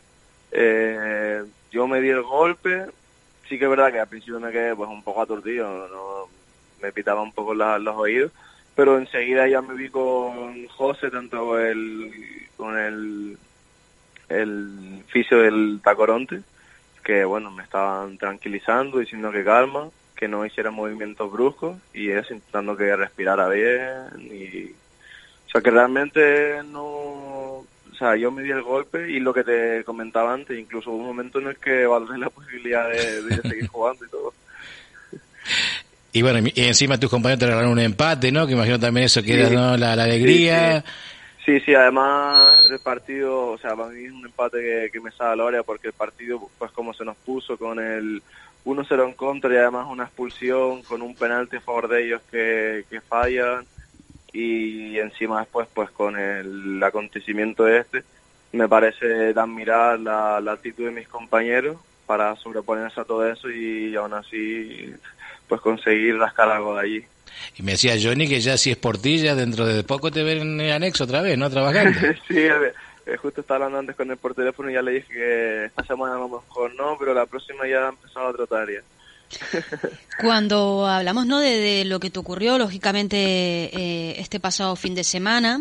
Yo me di el golpe, sí que es verdad que al principio me quedé pues un poco aturdido, no me pitaba un poco los oídos, pero enseguida ya me vi con José, tanto con el fisio del Tacoronte, que bueno, me estaban tranquilizando, diciendo que calma, que no hiciera movimientos bruscos y eso, intentando que respirara bien y... O sea, que realmente no... O sea, yo me di el golpe y lo que te comentaba antes, incluso hubo un momento en el que valoré la posibilidad de seguir jugando y todo. Y bueno, y encima tus compañeros te regalaron un empate, ¿no? Que imagino también eso que sí, ¿no? La alegría. Sí, además el partido, o sea, para mí es un empate que me sabe a gloria porque el partido, pues como se nos puso con el 1-0 en contra y además una expulsión con un penalti a favor de ellos que fallan y encima después pues con el acontecimiento me parece de admirar la actitud de mis compañeros para sobreponerse a todo eso y aún así pues conseguir rascar algo de allí. Y me decía Johnny que ya si es por ti, ya dentro de poco te ven en el anexo otra vez, ¿no? Trabajando. Sí, justo estaba hablando antes con él por teléfono y ya le dije que esta semana a lo mejor no, pero la próxima ya ha empezado otra tarea. Cuando hablamos, ¿no?, de lo que te ocurrió, lógicamente, este pasado fin de semana,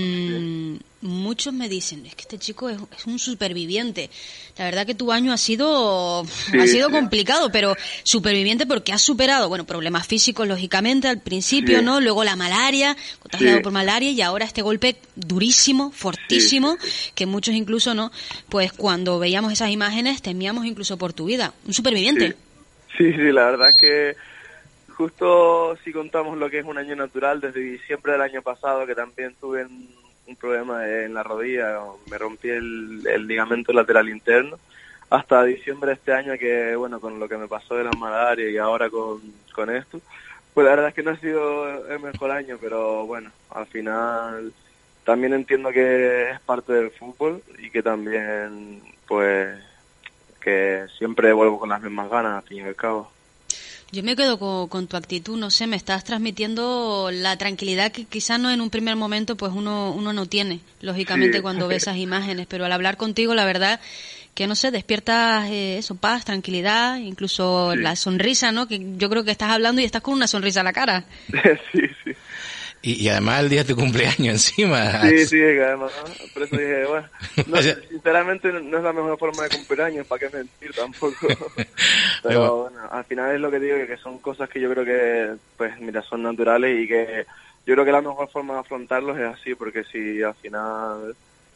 muchos me dicen, es que este chico es un superviviente. La verdad que tu año ha sido complicado, pero superviviente porque has superado, bueno, problemas físicos, lógicamente, al principio, ¿no? Luego la malaria, contagiado por malaria, y ahora este golpe durísimo, fortísimo, que muchos incluso, ¿no?, pues cuando veíamos esas imágenes temíamos incluso por tu vida. Un superviviente. Sí, la verdad es que justo si contamos lo que es un año natural, desde diciembre del año pasado, que también tuve un problema en la rodilla, me rompí el ligamento lateral interno, hasta diciembre de este año que, bueno, con lo que me pasó de la malaria y ahora con esto, pues la verdad es que no ha sido el mejor año, pero bueno, al final también entiendo que es parte del fútbol y que también, pues... que siempre vuelvo con las mismas ganas, al fin y al cabo. Yo me quedo con tu actitud, no sé, me estás transmitiendo la tranquilidad que quizás no en un primer momento pues uno no tiene, lógicamente, cuando ve esas imágenes, pero al hablar contigo, la verdad que, no sé, despiertas paz, tranquilidad, incluso la sonrisa, ¿no?, que yo creo que estás hablando y estás con una sonrisa en la cara. Sí. Y además el día de tu cumpleaños encima. Sí, además, por eso dije, bueno, sinceramente no es la mejor forma de cumpleaños, ¿para qué mentir tampoco? Pero bueno, al final es lo que digo, que son cosas que yo creo que, pues mira, son naturales y que yo creo que la mejor forma de afrontarlos es así, porque si al final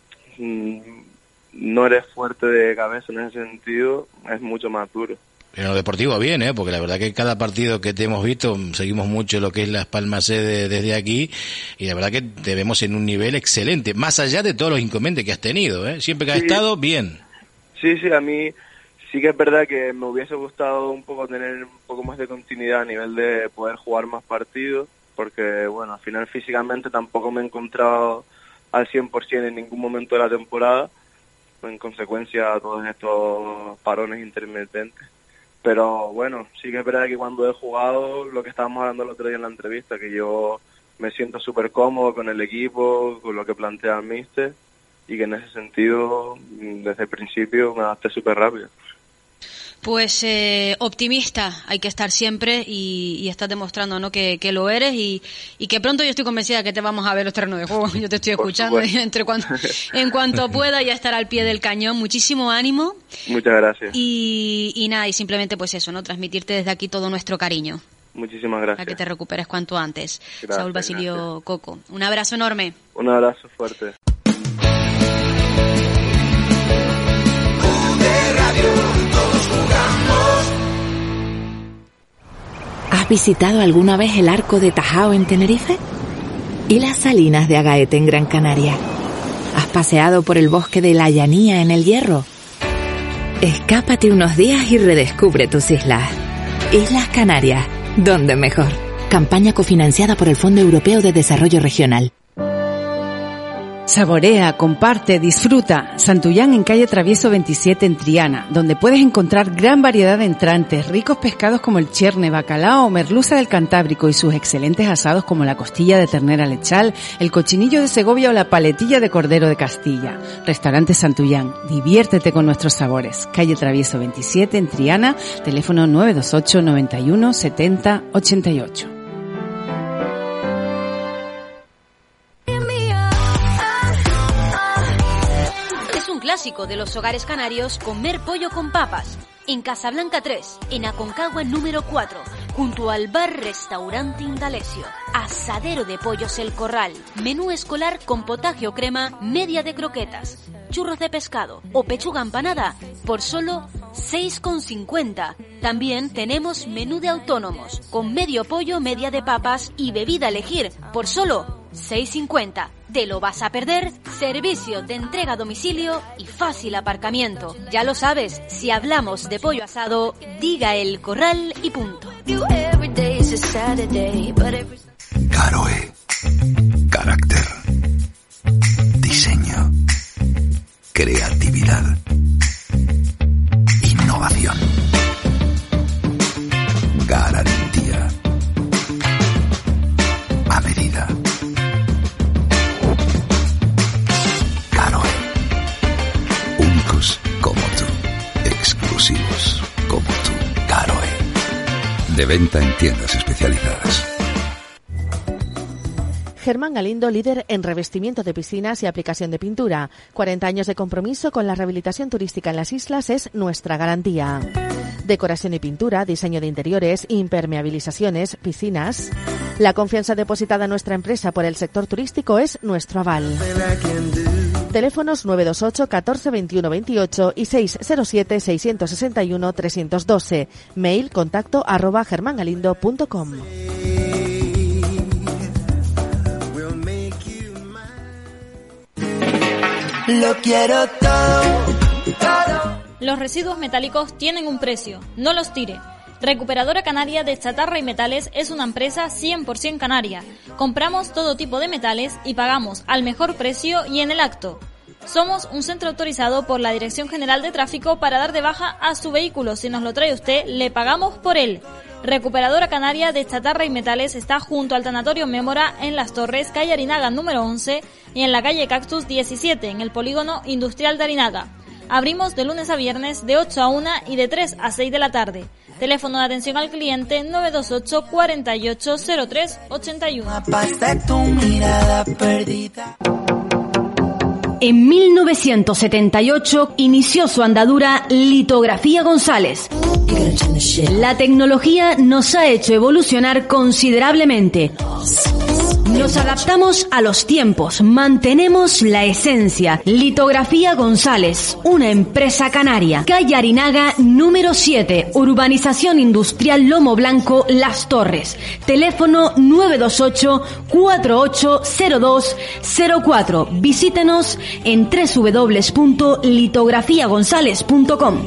no eres fuerte de cabeza en ese sentido, es mucho más duro. En lo deportivo bien, porque la verdad que cada partido que te hemos visto seguimos mucho lo que es Las Palmas C desde aquí y la verdad que te vemos en un nivel excelente, más allá de todos los inconvenientes que has tenido, siempre que has estado bien. Sí, a mí sí que es verdad que me hubiese gustado un poco tener un poco más de continuidad a nivel de poder jugar más partidos, porque bueno, al final físicamente tampoco me he encontrado al 100% en ningún momento de la temporada, en consecuencia a todos estos parones intermitentes. Pero bueno, sí que es verdad que cuando he jugado, lo que estábamos hablando el otro día en la entrevista, que yo me siento súper cómodo con el equipo, con lo que plantea el míster, y que en ese sentido, desde el principio, me adapté súper rápido. Pues optimista hay que estar siempre y estás demostrando, ¿no?, que lo eres y que pronto yo estoy convencida que te vamos a ver los terrenos de juego. Yo te estoy escuchando y en cuanto pueda ya estar al pie del cañón. Muchísimo ánimo. Muchas gracias. Y nada, y simplemente pues eso, ¿no?, transmitirte desde aquí todo nuestro cariño. Muchísimas gracias. A que te recuperes cuanto antes. Gracias, Saúl Basilio Coco. Un abrazo enorme. Un abrazo fuerte. ¿Has visitado alguna vez el Arco de Tajao en Tenerife? ¿Y las Salinas de Agaete en Gran Canaria? ¿Has paseado por el bosque de la Llanía en El Hierro? Escápate unos días y redescubre tus islas. Islas Canarias, ¿dónde mejor? Campaña cofinanciada por el Fondo Europeo de Desarrollo Regional. Saborea, comparte, disfruta. Santullán en calle Travieso 27 en Triana, donde puedes encontrar gran variedad de entrantes, ricos pescados como el cherne, bacalao o merluza del Cantábrico y sus excelentes asados como la costilla de ternera lechal, el cochinillo de Segovia o la paletilla de cordero de Castilla. Restaurante Santullán, diviértete con nuestros sabores. Calle Travieso 27 en Triana, teléfono 928 91 70 88. Clásico de los hogares canarios, comer pollo con papas. En Casablanca 3, en Aconcagua número 4, junto al bar Restaurante Indalecio. Asadero de pollos El Corral, menú escolar con potaje o crema, media de croquetas, churros de pescado o pechuga empanada por solo 6,50. También tenemos menú de autónomos con medio pollo, media de papas y bebida a elegir por solo 6,50. ¿Te lo vas a perder? Servicio de entrega a domicilio y fácil aparcamiento. Ya lo sabes, si hablamos de pollo asado, diga El Corral y punto. Caroe. Carácter. Diseño. Creatividad. Innovación. Garantía. A medida. Caroe. Únicos como tú. Exclusivos como tú. Caroe. De venta en tiendas especializadas. Germán Galindo, líder en revestimiento de piscinas y aplicación de pintura. 40 años de compromiso con la rehabilitación turística en las islas es nuestra garantía. Decoración y pintura, diseño de interiores, impermeabilizaciones, piscinas. La confianza depositada en nuestra empresa por el sector turístico es nuestro aval. Teléfonos 928 14 21 28 y 607 661 312. Mail contacto @germangalindo.com. Lo quiero todo. Los residuos metálicos tienen un precio, no los tire. Recuperadora Canaria de Chatarra y Metales es una empresa 100% canaria. Compramos todo tipo de metales y pagamos al mejor precio y en el acto. Somos un centro autorizado por la Dirección General de Tráfico para dar de baja a su vehículo. Si nos lo trae usted, le pagamos por él. Recuperadora Canaria de Chatarra y Metales está junto al Tanatorio Mémora en Las Torres, calle Arinaga número 11 y en la calle Cactus 17 en el Polígono Industrial de Arinaga. Abrimos de lunes a viernes de 8 a 1 y de 3 a 6 de la tarde. Teléfono de atención al cliente 928 48 03 81. En 1978 inició su andadura Litografía González. La tecnología nos ha hecho evolucionar considerablemente. Nos adaptamos a los tiempos, mantenemos la esencia. Litografía González, una empresa canaria. Calle Arinaga número 7, Urbanización Industrial Lomo Blanco, Las Torres. Teléfono 928 480204. Visítenos en www.litografiagonzalez.com.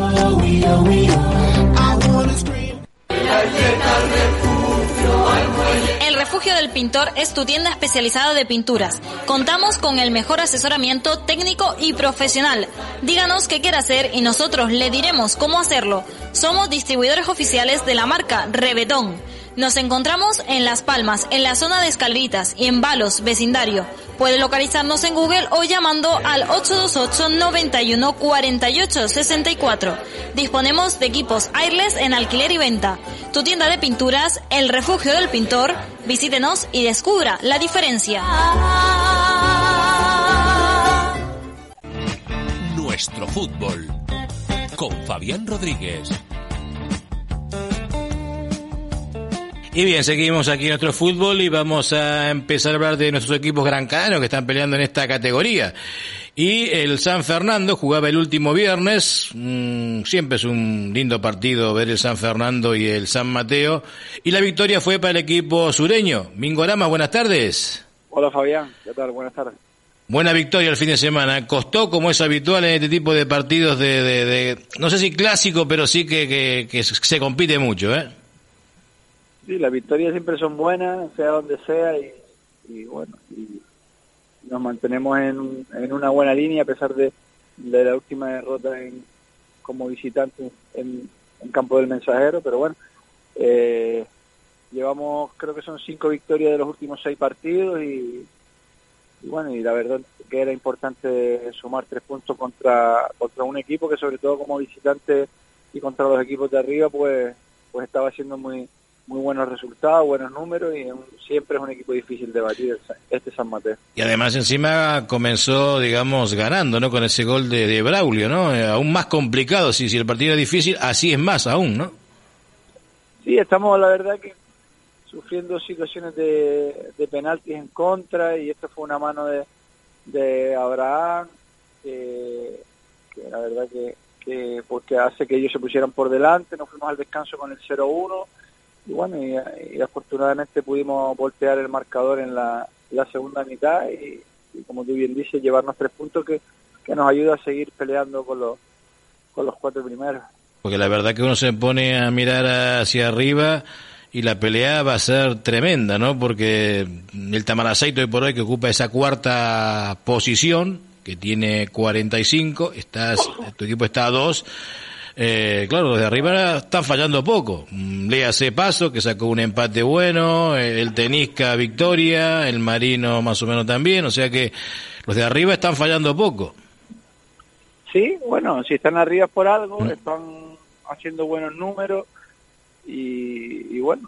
El Refugio del Pintor es tu tienda especializada de pinturas. Contamos con el mejor asesoramiento técnico y profesional. Díganos qué quiere hacer y nosotros le diremos cómo hacerlo. Somos distribuidores oficiales de la marca Rebetón. Nos encontramos en Las Palmas, en la zona de Escaleritas y en Balos, vecindario. Puede localizarnos en Google o llamando al 828 91 48 64. Disponemos de equipos airless en alquiler y venta. Tu tienda de pinturas, El Refugio del Pintor. Visítenos y descubra la diferencia. Nuestro fútbol con Fabián Rodríguez. Y bien, seguimos aquí en nuestro fútbol y vamos a empezar a hablar de nuestros equipos grancanos que están peleando en esta categoría. Y el San Fernando jugaba el último viernes, siempre es un lindo partido ver el San Fernando y el San Mateo, y la victoria fue para el equipo sureño. Mingorama, buenas tardes. Hola Fabián, ¿qué tal? Buenas tardes. Buena victoria el fin de semana. Costó, como es habitual en este tipo de partidos de no sé si clásico, pero sí que se compite mucho, ¿eh? Sí, las victorias siempre son buenas, sea donde sea, y bueno, y nos mantenemos en una buena línea a pesar de la última derrota como visitante en campo del Mensajero, pero bueno, llevamos, creo que son 5 victorias de los últimos 6 partidos y bueno, y la verdad que era importante sumar 3 puntos contra un equipo que sobre todo como visitante y contra los equipos de arriba pues estaba haciendo muy buenos resultados, buenos números, y siempre es un equipo difícil de batir este San Mateo. Y además encima comenzó, digamos, ganando, ¿no? Con ese gol de Braulio, ¿no? Aún más complicado, si el partido es difícil, así es más aún, ¿no? Sí, estamos, la verdad, que sufriendo situaciones de penaltis en contra, y esto fue una mano de Abraham, que la verdad que porque hace que ellos se pusieran por delante. Nos fuimos al descanso con el 0-1, y bueno, y afortunadamente pudimos voltear el marcador en la segunda mitad, y como tú bien dices, llevarnos 3 puntos que nos ayuda a seguir peleando con los 4 primeros. Porque la verdad que uno se pone a mirar hacia arriba y la pelea va a ser tremenda, ¿no? Porque el Tamaracite hoy por hoy, que ocupa esa 4ª posición, que tiene 45, tu equipo está a 2. Claro, los de arriba están fallando poco. Léase Paso, que sacó un empate bueno, el Tenisca victoria, el Marino más o menos también, o sea que los de arriba están fallando poco. Sí, bueno, si están arriba por algo, están haciendo buenos números, y bueno,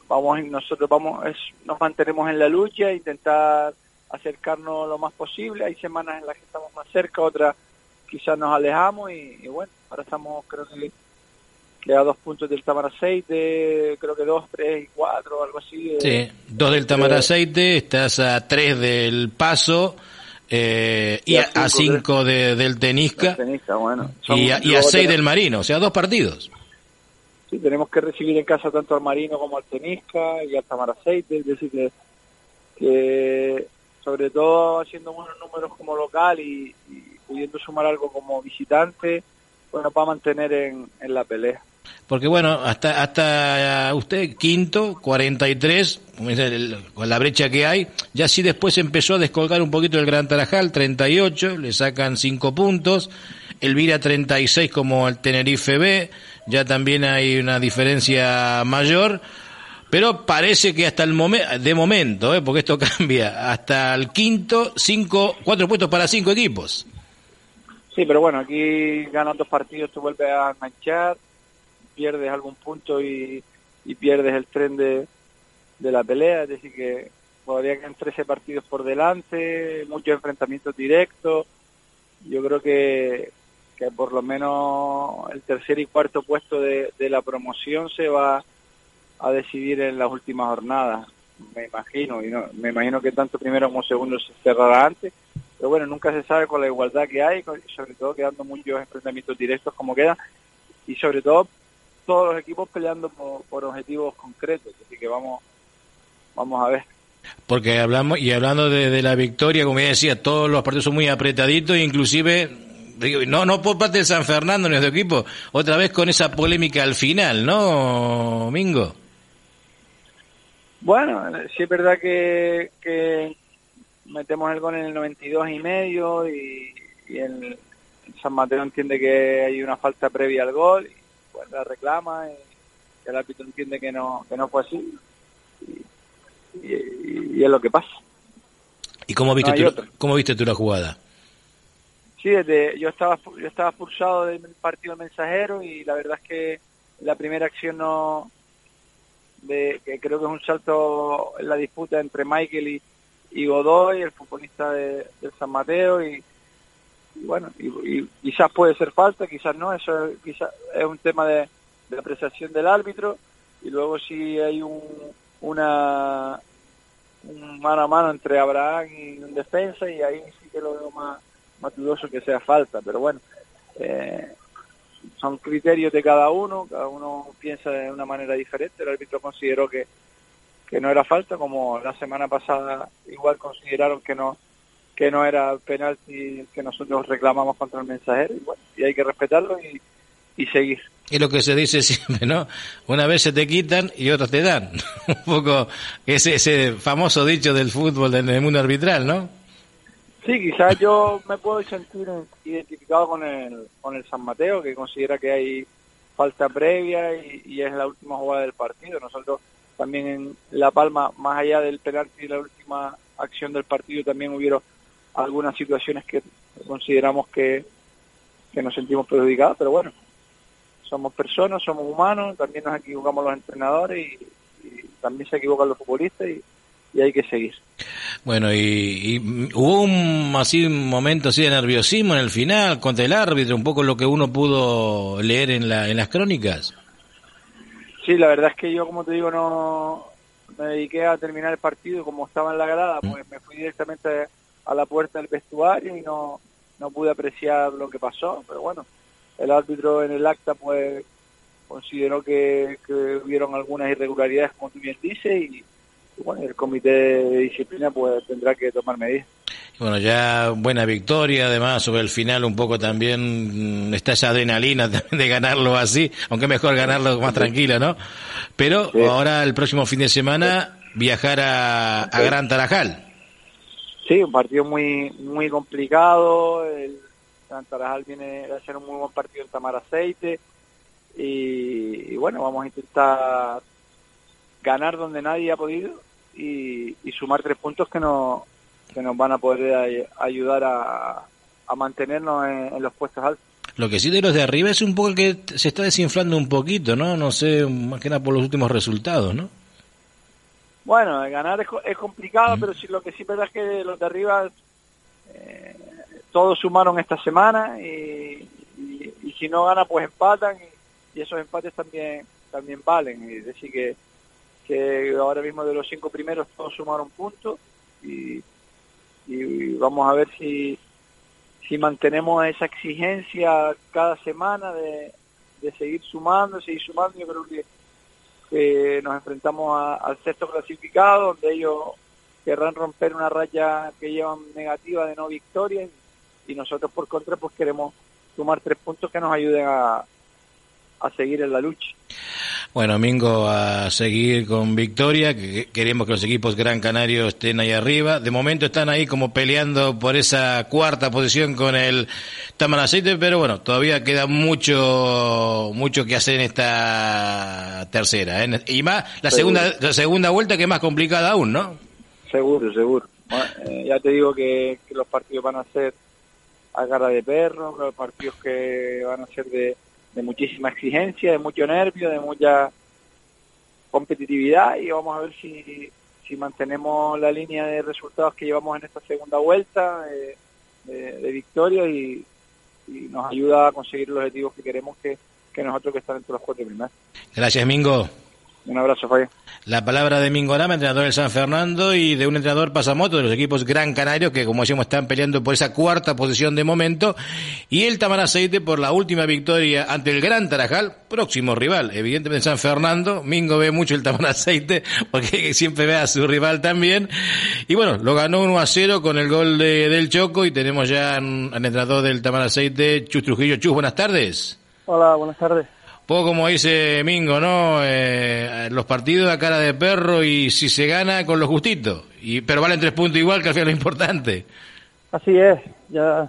nos mantenemos en la lucha, intentar acercarnos lo más posible. Hay semanas en las que estamos más cerca, otras quizás nos alejamos, y bueno, ahora estamos, creo que a 2 puntos del Tamaracite, creo que 2, 3 y 4, algo así. Sí, 2 del Tamaracite, estás a 3 del Paso, y a 5 del Tenisca, bueno, y a 6 del Marino, o sea, 2 partidos. Sí, tenemos que recibir en casa tanto al Marino como al Tenisca y al Tamaracite, es decir, que sobre todo haciendo buenos números como local y pudiendo sumar algo como visitante, bueno, para mantener en la pelea. Porque bueno, hasta usted quinto, 43, con la brecha que hay, ya sí después empezó a descolgar un poquito el Gran Tarajal, 38, le sacan 5 puntos, Elvira 36 como el Tenerife B, ya también hay una diferencia mayor, pero parece que hasta el momento, porque esto cambia, hasta el quinto, 4 puestos para 5 equipos. Sí, pero bueno, aquí ganas 2 partidos, tú vuelves a enganchar, pierdes algún punto y pierdes el tren de la pelea, es decir que podría quedar 13 partidos por delante, muchos enfrentamientos directos. Yo creo que por lo menos el 3er y 4º puesto de la promoción se va a decidir en las últimas jornadas, me imagino que tanto primero como segundo se cerrará antes, pero bueno, nunca se sabe con la igualdad que hay, sobre todo quedando muchos enfrentamientos directos como queda, y sobre todo todos los equipos peleando por objetivos concretos, así que vamos a ver. Porque hablando de la victoria, como ya decía, todos los partidos son muy apretaditos, inclusive, no por parte de San Fernando, nuestro equipo, otra vez con esa polémica al final, ¿no, Mingo? Bueno, sí es verdad que metemos el gol en el 92.5 y el San Mateo entiende que hay una falta previa al gol, y pues la reclama, y el árbitro entiende que no fue así, y es lo que pasa. ¿Y cómo viste tú la jugada? Sí, yo estaba expulsado del partido Mensajero, y la verdad es que la primera acción que creo que es un salto en la disputa entre Michael y Godoy, el futbolista del San Mateo, y bueno, y quizás puede ser falta, quizás no, eso quizás es un tema de apreciación del árbitro, y luego sí hay un mano a mano entre Abraham y un defensa, y ahí sí que lo veo más dudoso que sea falta, pero bueno, son criterios de cada uno piensa de una manera diferente. El árbitro consideró que no era falta, como la semana pasada igual consideraron que no era penalti que nosotros reclamamos contra el Mensajero, y bueno, y hay que respetarlo y seguir. Es lo que se dice siempre, ¿no? Una vez se te quitan y otras te dan. Un poco ese famoso dicho del fútbol, del mundo arbitral, ¿no? Sí, quizás yo me puedo sentir identificado con el San Mateo, que considera que hay falta previa y es la última jugada del partido. Nosotros también en La Palma, más allá del penalti y la última acción del partido, también hubieron algunas situaciones que consideramos que nos sentimos perjudicados, pero bueno, somos personas, somos humanos, también nos equivocamos los entrenadores y también se equivocan los futbolistas y hay que seguir. Bueno, y hubo un momento así de nerviosismo en el final contra el árbitro, un poco lo que uno pudo leer en las crónicas. Sí, Sí, la verdad es que yo, como te digo, no me dediqué a terminar el partido. Como estaba en la grada, pues me fui directamente a la puerta del vestuario y no pude apreciar lo que pasó. Pero bueno, el árbitro en el acta pues consideró que hubieron algunas irregularidades, como tú bien dices, y bueno, el comité de disciplina pues tendrá que tomar medidas. Bueno, ya buena victoria, además sobre el final un poco también está esa adrenalina de ganarlo así, aunque mejor ganarlo más tranquilo, ¿no? Pero sí. Ahora el próximo fin de semana viajar a Gran Tarajal. Sí, un partido muy complicado. El Gran Tarajal viene a ser un muy buen partido en Tamaraceite y bueno, vamos a intentar ganar donde nadie ha podido y sumar 3 puntos que nos van a poder ayudar a mantenernos en los puestos altos. Lo que sí de los de arriba es un poco el que se está desinflando un poquito, ¿no? No sé, más que nada por los últimos resultados, ¿no? Bueno, ganar es complicado, pero sí, lo que sí es verdad es que los de arriba todos sumaron esta semana y si no gana pues empatan y esos empates también valen. Es decir, que ahora mismo de los 5 primeros todos sumaron puntos y vamos a ver si mantenemos esa exigencia cada semana de seguir sumando. Yo creo que nos enfrentamos al sexto clasificado, donde ellos querrán romper una raya que llevan negativa de no victoria y nosotros por contra pues queremos sumar 3 puntos que nos ayuden a seguir en la lucha. Bueno, Mingo, a seguir con victoria, que queremos que los equipos Gran Canario estén ahí arriba. De momento están ahí como peleando por esa 4ª posición con el Tamaraceite, pero bueno, todavía queda mucho que hacer en esta tercera, ¿eh? Y más la segunda vuelta, que es más complicada aún, ¿no? Seguro. Ya te digo que los partidos van a ser a cara de perro, los partidos que van a ser de muchísima exigencia, de mucho nervio, de mucha competitividad, y vamos a ver si mantenemos la línea de resultados que llevamos en esta segunda vuelta de victoria y nos ayuda a conseguir los objetivos que queremos que nosotros que están entre los 4 primeros. Gracias, Mingo. Un abrazo, Fabián. La palabra de Mingo Lama, entrenador del San Fernando, y de un entrenador pasamoto de los equipos Gran Canario, que como decíamos están peleando por esa 4ª posición de momento, y el Tamaraceite por la última victoria ante el Gran Tarajal, próximo rival, evidentemente San Fernando. Mingo ve mucho el Tamaraceite, porque siempre ve a su rival también, y bueno, lo ganó 1-0 con el gol del Choco, y tenemos ya al entrenador del Tamaraceite, Chus Trujillo. Chus, buenas tardes. Hola, buenas tardes. Poco como dice Mingo, ¿no? Los partidos a cara de perro y si se gana con lo justito. Pero valen 3 puntos igual, que al final es lo importante. Así es. Ya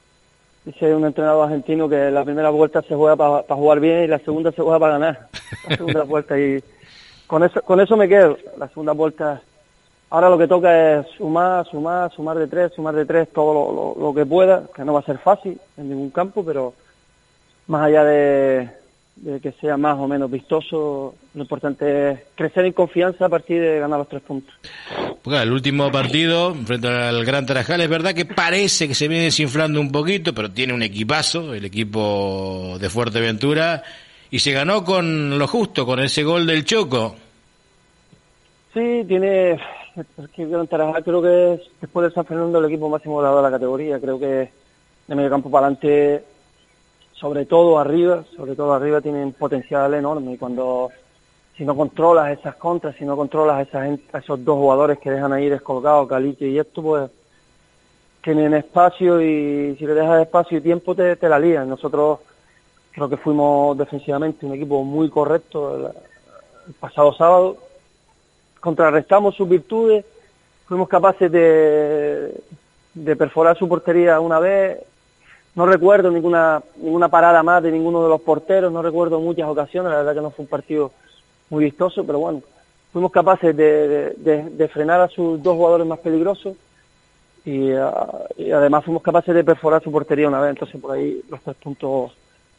dice un entrenador argentino que la primera vuelta se juega para jugar bien y la segunda se juega para ganar. La segunda vuelta. Y con eso me quedo. La segunda vuelta. Ahora lo que toca es sumar de tres, todo lo que pueda, que no va a ser fácil en ningún campo, pero más allá de que sea más o menos vistoso, lo importante es crecer en confianza a partir de ganar los 3 puntos. Pues el último partido frente al Gran Tarajal, es verdad que parece que se viene desinflando un poquito, pero tiene un equipazo, el equipo de Fuerteventura, y se ganó con lo justo, con ese gol del Choco. Sí, tiene... El Gran Tarajal creo que es, después de San Fernando, el equipo máximo goleador de la categoría. Creo que de medio campo para adelante, sobre todo arriba tienen potencial enorme, y si no controlas esas contras, si no controlas a esos 2 jugadores que dejan ahí descolgados, Caliche y esto, pues tienen espacio, y si le dejas espacio y tiempo te la lían. Nosotros creo que fuimos defensivamente un equipo muy correcto el pasado sábado, contrarrestamos sus virtudes, fuimos capaces de perforar su portería una vez. No recuerdo ninguna parada más de ninguno de los porteros, no recuerdo muchas ocasiones, la verdad que no fue un partido muy vistoso, pero bueno, fuimos capaces de frenar a sus 2 jugadores más peligrosos y además fuimos capaces de perforar su portería una vez. Entonces por ahí los 3 puntos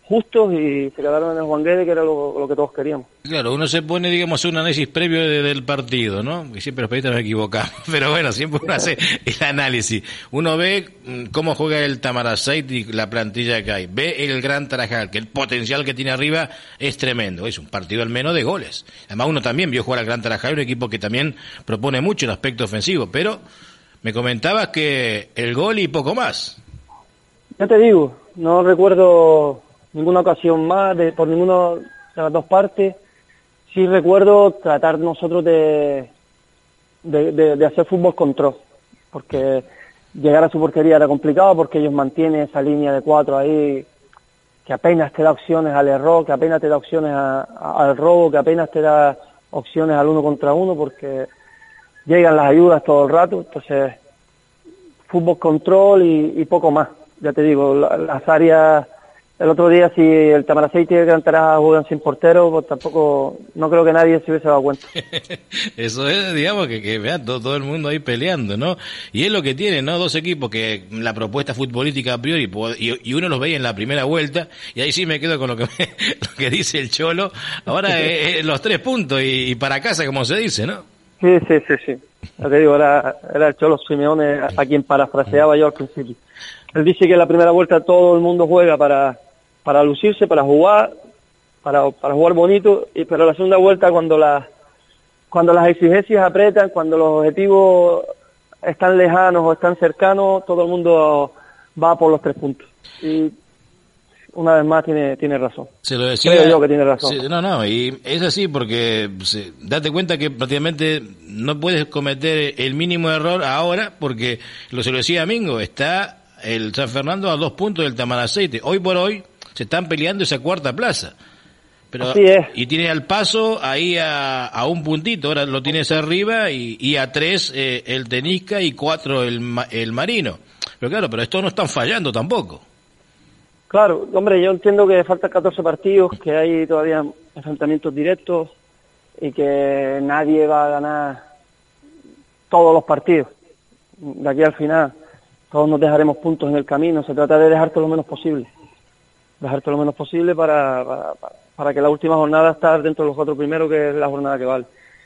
justos y se quedaron en el Juan Guede, que era lo que todos queríamos. Claro, uno se pone, digamos, un análisis previo del partido, ¿no? Y siempre los periodistas nos equivocamos, pero bueno, siempre uno hace el análisis. Uno ve cómo juega el Tamaracete y la plantilla que hay. Ve el Gran Tarajal, que el potencial que tiene arriba es tremendo. Es un partido al menos de goles. Además, uno también vio jugar al Gran Tarajal, un equipo que también propone mucho en aspecto ofensivo, pero me comentabas que el gol y poco más. Ya te digo, no recuerdo ninguna ocasión más por ninguna de las dos partes. Sí recuerdo tratar nosotros de hacer fútbol control, porque llegar a su portería era complicado, porque ellos mantienen esa línea de 4 ahí que apenas te da opciones al error, que apenas te da opciones al robo, que apenas te da opciones al 1 contra 1, porque llegan las ayudas todo el rato. Entonces fútbol control y poco más. Ya te digo, las áreas. El otro día, si el Tamaracete y el Gran Tarajal juegan sin portero, pues tampoco, no creo que nadie se hubiese dado cuenta. Eso es, digamos, que vean todo el mundo ahí peleando, ¿no? Y es lo que tienen, ¿no? Dos equipos que la propuesta futbolística a priori, y uno los veía en la primera vuelta, y ahí sí me quedo con lo que dice el Cholo. Ahora los 3 puntos y para casa, como se dice, ¿no? Sí. Ya te digo, era el Cholo Simeone a quien parafraseaba yo al principio. Él dice que en la primera vuelta todo el mundo juega para lucirse, para jugar bonito, pero la segunda vuelta cuando las exigencias apretan, cuando los objetivos están lejanos o están cercanos, todo el mundo va por los 3 puntos. Y una vez más tiene razón. Se lo decía, creo yo que tiene razón. Sí, no, y es así porque date cuenta que prácticamente no puedes cometer el mínimo error ahora, porque se lo decía Mingo, está el San Fernando a 2 puntos del Tamaracete. Hoy por hoy se están peleando esa 4ª plaza. Pero, así es. Y tiene al Paso ahí a 1 puntito, ahora lo tienes arriba, y a 3 el Tenisca y 4 el Marino. Pero estos no están fallando tampoco. Claro, hombre, yo entiendo que faltan 14 partidos, que hay todavía enfrentamientos directos y que nadie va a ganar todos los partidos. De aquí al final todos nos dejaremos puntos en el camino. Se trata de dejarte lo menos posible. Dejarte lo menos posible para que la última jornada estar dentro de los 4 primeros, que es la jornada que vale.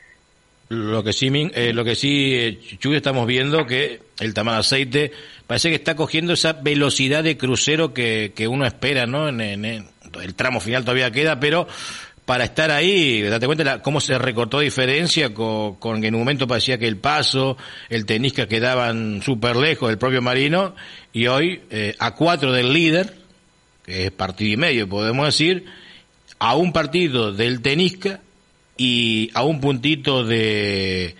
Lo que sí, Chuy, estamos viendo que el Tamaracete parece que está cogiendo esa velocidad de crucero que uno espera, ¿no? En el tramo final todavía queda, pero para estar ahí, date cuenta cómo se recortó diferencia con que en un momento parecía que el Paso, el Tenisca quedaban súper lejos del propio Marino, y hoy a 4 del líder, que es partido y medio, podemos decir, a 1 partido del Tenisca y a 1 puntito del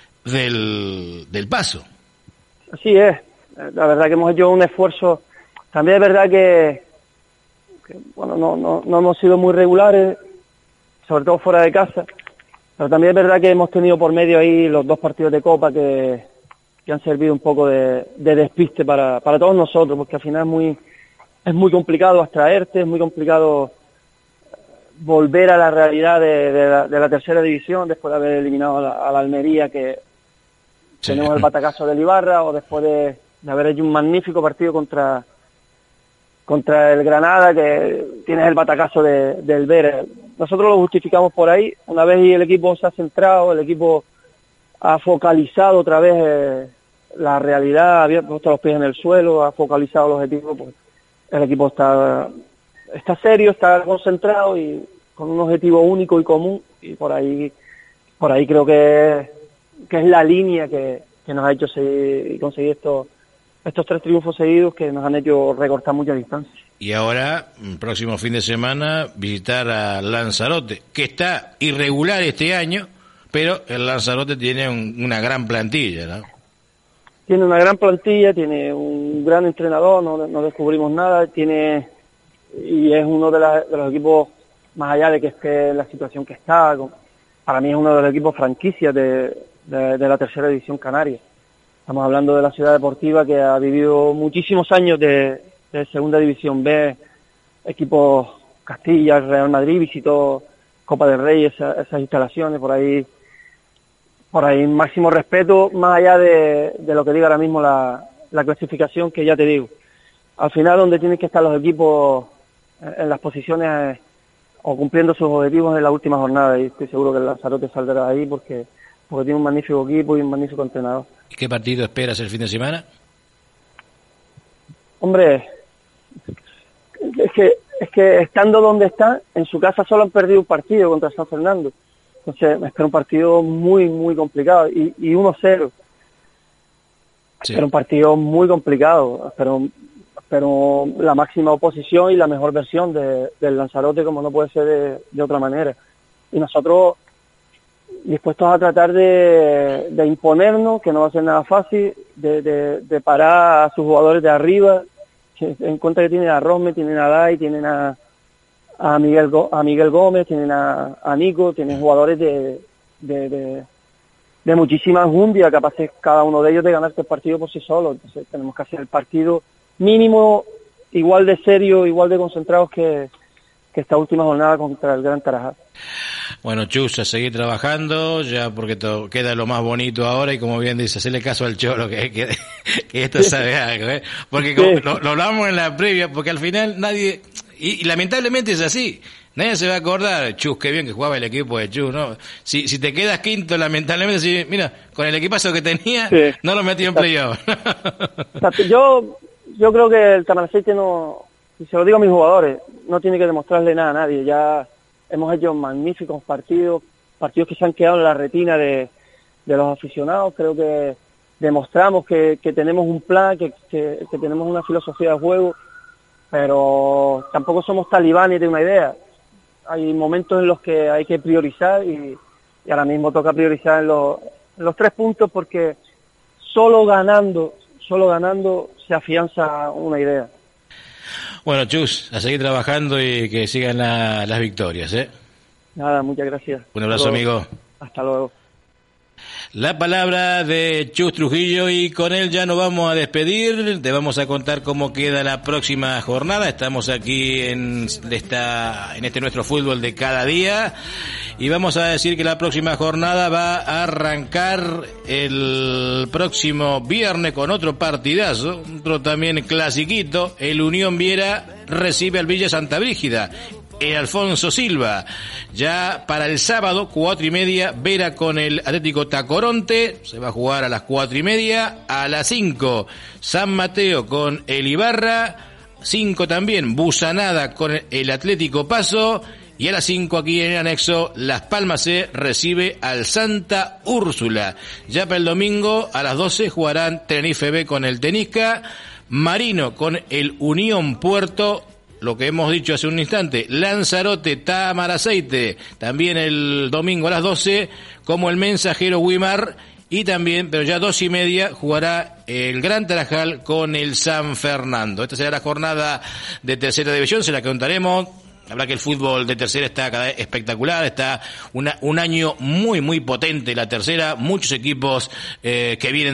Paso. Así es. La verdad que hemos hecho un esfuerzo. También es verdad que bueno, no hemos sido muy regulares, sobre todo fuera de casa, pero también es verdad que hemos tenido por medio ahí los 2 partidos de Copa que han servido un poco de despiste para todos nosotros, porque al final es muy complicado abstraerte, es muy complicado volver a la realidad de la tercera división después de haber eliminado a la Almería, que sí, tenemos el batacazo del Ibarra, o después de haber hecho un magnífico partido contra el Granada, que tienes el batacazo del Vera. Nosotros lo justificamos por ahí. Una vez el equipo se ha centrado, el equipo ha focalizado otra vez la realidad, había puesto los pies en el suelo, ha focalizado el objetivo, pues el equipo está serio, está concentrado y con un objetivo único y común, y por ahí creo que es la línea que nos ha hecho conseguir estos 3 triunfos seguidos, que nos han hecho recortar mucha distancia. Y ahora, próximo fin de semana, visitar a Lanzarote, que está irregular este año, pero el Lanzarote tiene una gran plantilla, ¿no? Tiene una gran plantilla, tiene un gran entrenador, no descubrimos nada, y es uno de los equipos, más allá de que esté en la situación que está, para mí es uno de los equipos franquicias de la tercera división canaria. Estamos hablando de la ciudad deportiva, que ha vivido muchísimos años de segunda división B, equipos Castilla, Real Madrid, visitó Copa del Rey, esas instalaciones, por ahí máximo respeto, más allá de lo que diga ahora mismo la clasificación, que ya te digo, al final donde tienen que estar los equipos en las posiciones o cumpliendo sus objetivos en la última jornada, y estoy seguro que el Lanzarote saldrá de ahí porque tiene un magnífico equipo y un magnífico entrenador. ¿Y qué partido esperas el fin de semana? Hombre, es que estando donde están, en su casa solo han perdido un partido contra San Fernando. Entonces me espera un partido muy, muy complicado. Y 1-0. Sí. Espero un partido muy complicado. Espero la máxima oposición y la mejor versión del Lanzarote, como no puede ser de otra manera. Y nosotros dispuestos a tratar de imponernos, que no va a ser nada fácil, de parar a sus jugadores de arriba, que en cuenta que tienen a Rosme, tienen a Dai, tienen a Miguel Gómez, tienen a Nico, tienen jugadores de muchísima enjundia, capaces cada uno de ellos de ganar este partido por sí solo. Entonces tenemos que hacer el partido mínimo igual de serio, igual de concentrados que esta última jornada contra el Gran Tarajal. Bueno, Chus, a seguir trabajando, ya porque todo queda lo más bonito ahora, y como bien dice, hacerle caso al Cholo, que esto sabe algo, ¿eh? Porque como lo hablamos en la previa, porque al final nadie, y lamentablemente es así, nadie se va a acordar, Chus, qué bien que jugaba el equipo de Chus, ¿no? Si te quedas quinto, lamentablemente, si, mira, con el equipazo que tenía, no lo metió en playoff. Yo creo que el Tamaraceite no, y se lo digo a mis jugadores, no tiene que demostrarle nada a nadie. Ya hemos hecho magníficos partidos que se han quedado en la retina de los aficionados. Creo que demostramos que tenemos un plan, que tenemos una filosofía de juego, pero tampoco somos talibanes de una idea. Hay momentos en los que hay que priorizar y ahora mismo toca priorizar en los 3 puntos, porque solo ganando se afianza una idea. Bueno, Chus, a seguir trabajando y que sigan las victorias, ¿eh? Nada, muchas gracias. Un abrazo, amigo. Hasta luego. La palabra de Chus Trujillo, y con él ya nos vamos a despedir. Te vamos a contar cómo queda la próxima jornada. Estamos aquí en este nuestro fútbol de cada día, y vamos a decir que la próxima jornada va a arrancar el próximo viernes con otro partidazo, otro también clasiquito. El Unión Viera recibe al Villa Santa Brígida, el Alfonso Silva. Ya para el sábado, 4:30, Vera con el Atlético Tacoronte, se va a jugar a las 4:30. A las 5, San Mateo con el Ibarra, 5 también, Busanada con el Atlético Paso, y a las 5 aquí en el anexo, Las Palmas C recibe al Santa Úrsula. Ya para el domingo, a las 12, jugarán Tenerife B con el Tenisca, Marino con el Unión Puerto, lo que hemos dicho hace un instante, Lanzarote Tamaraceite, también el domingo a las 12, como el Mensajero Guimar, y también, pero ya 2:30, jugará el Gran Tarajal con el San Fernando. Esta será la jornada de tercera división, se la contaremos. La verdad que el fútbol de tercera está cada vez espectacular, está un año muy, muy potente la tercera, muchos equipos que vienen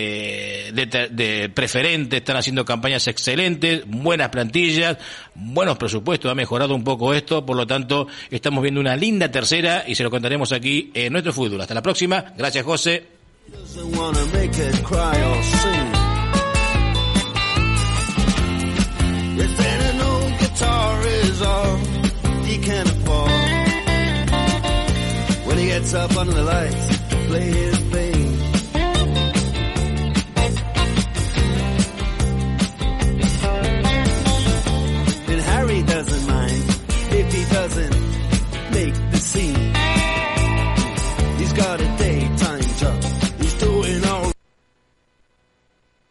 de preferente están haciendo campañas excelentes, buenas plantillas, buenos presupuestos, ha mejorado un poco esto, por lo tanto estamos viendo una linda tercera y se lo contaremos aquí en nuestro fútbol. Hasta la próxima, gracias José. All he can afford. When he gets up under the lights to play his thing, and Harry doesn't mind if he doesn't make the scene. He's got a daytime job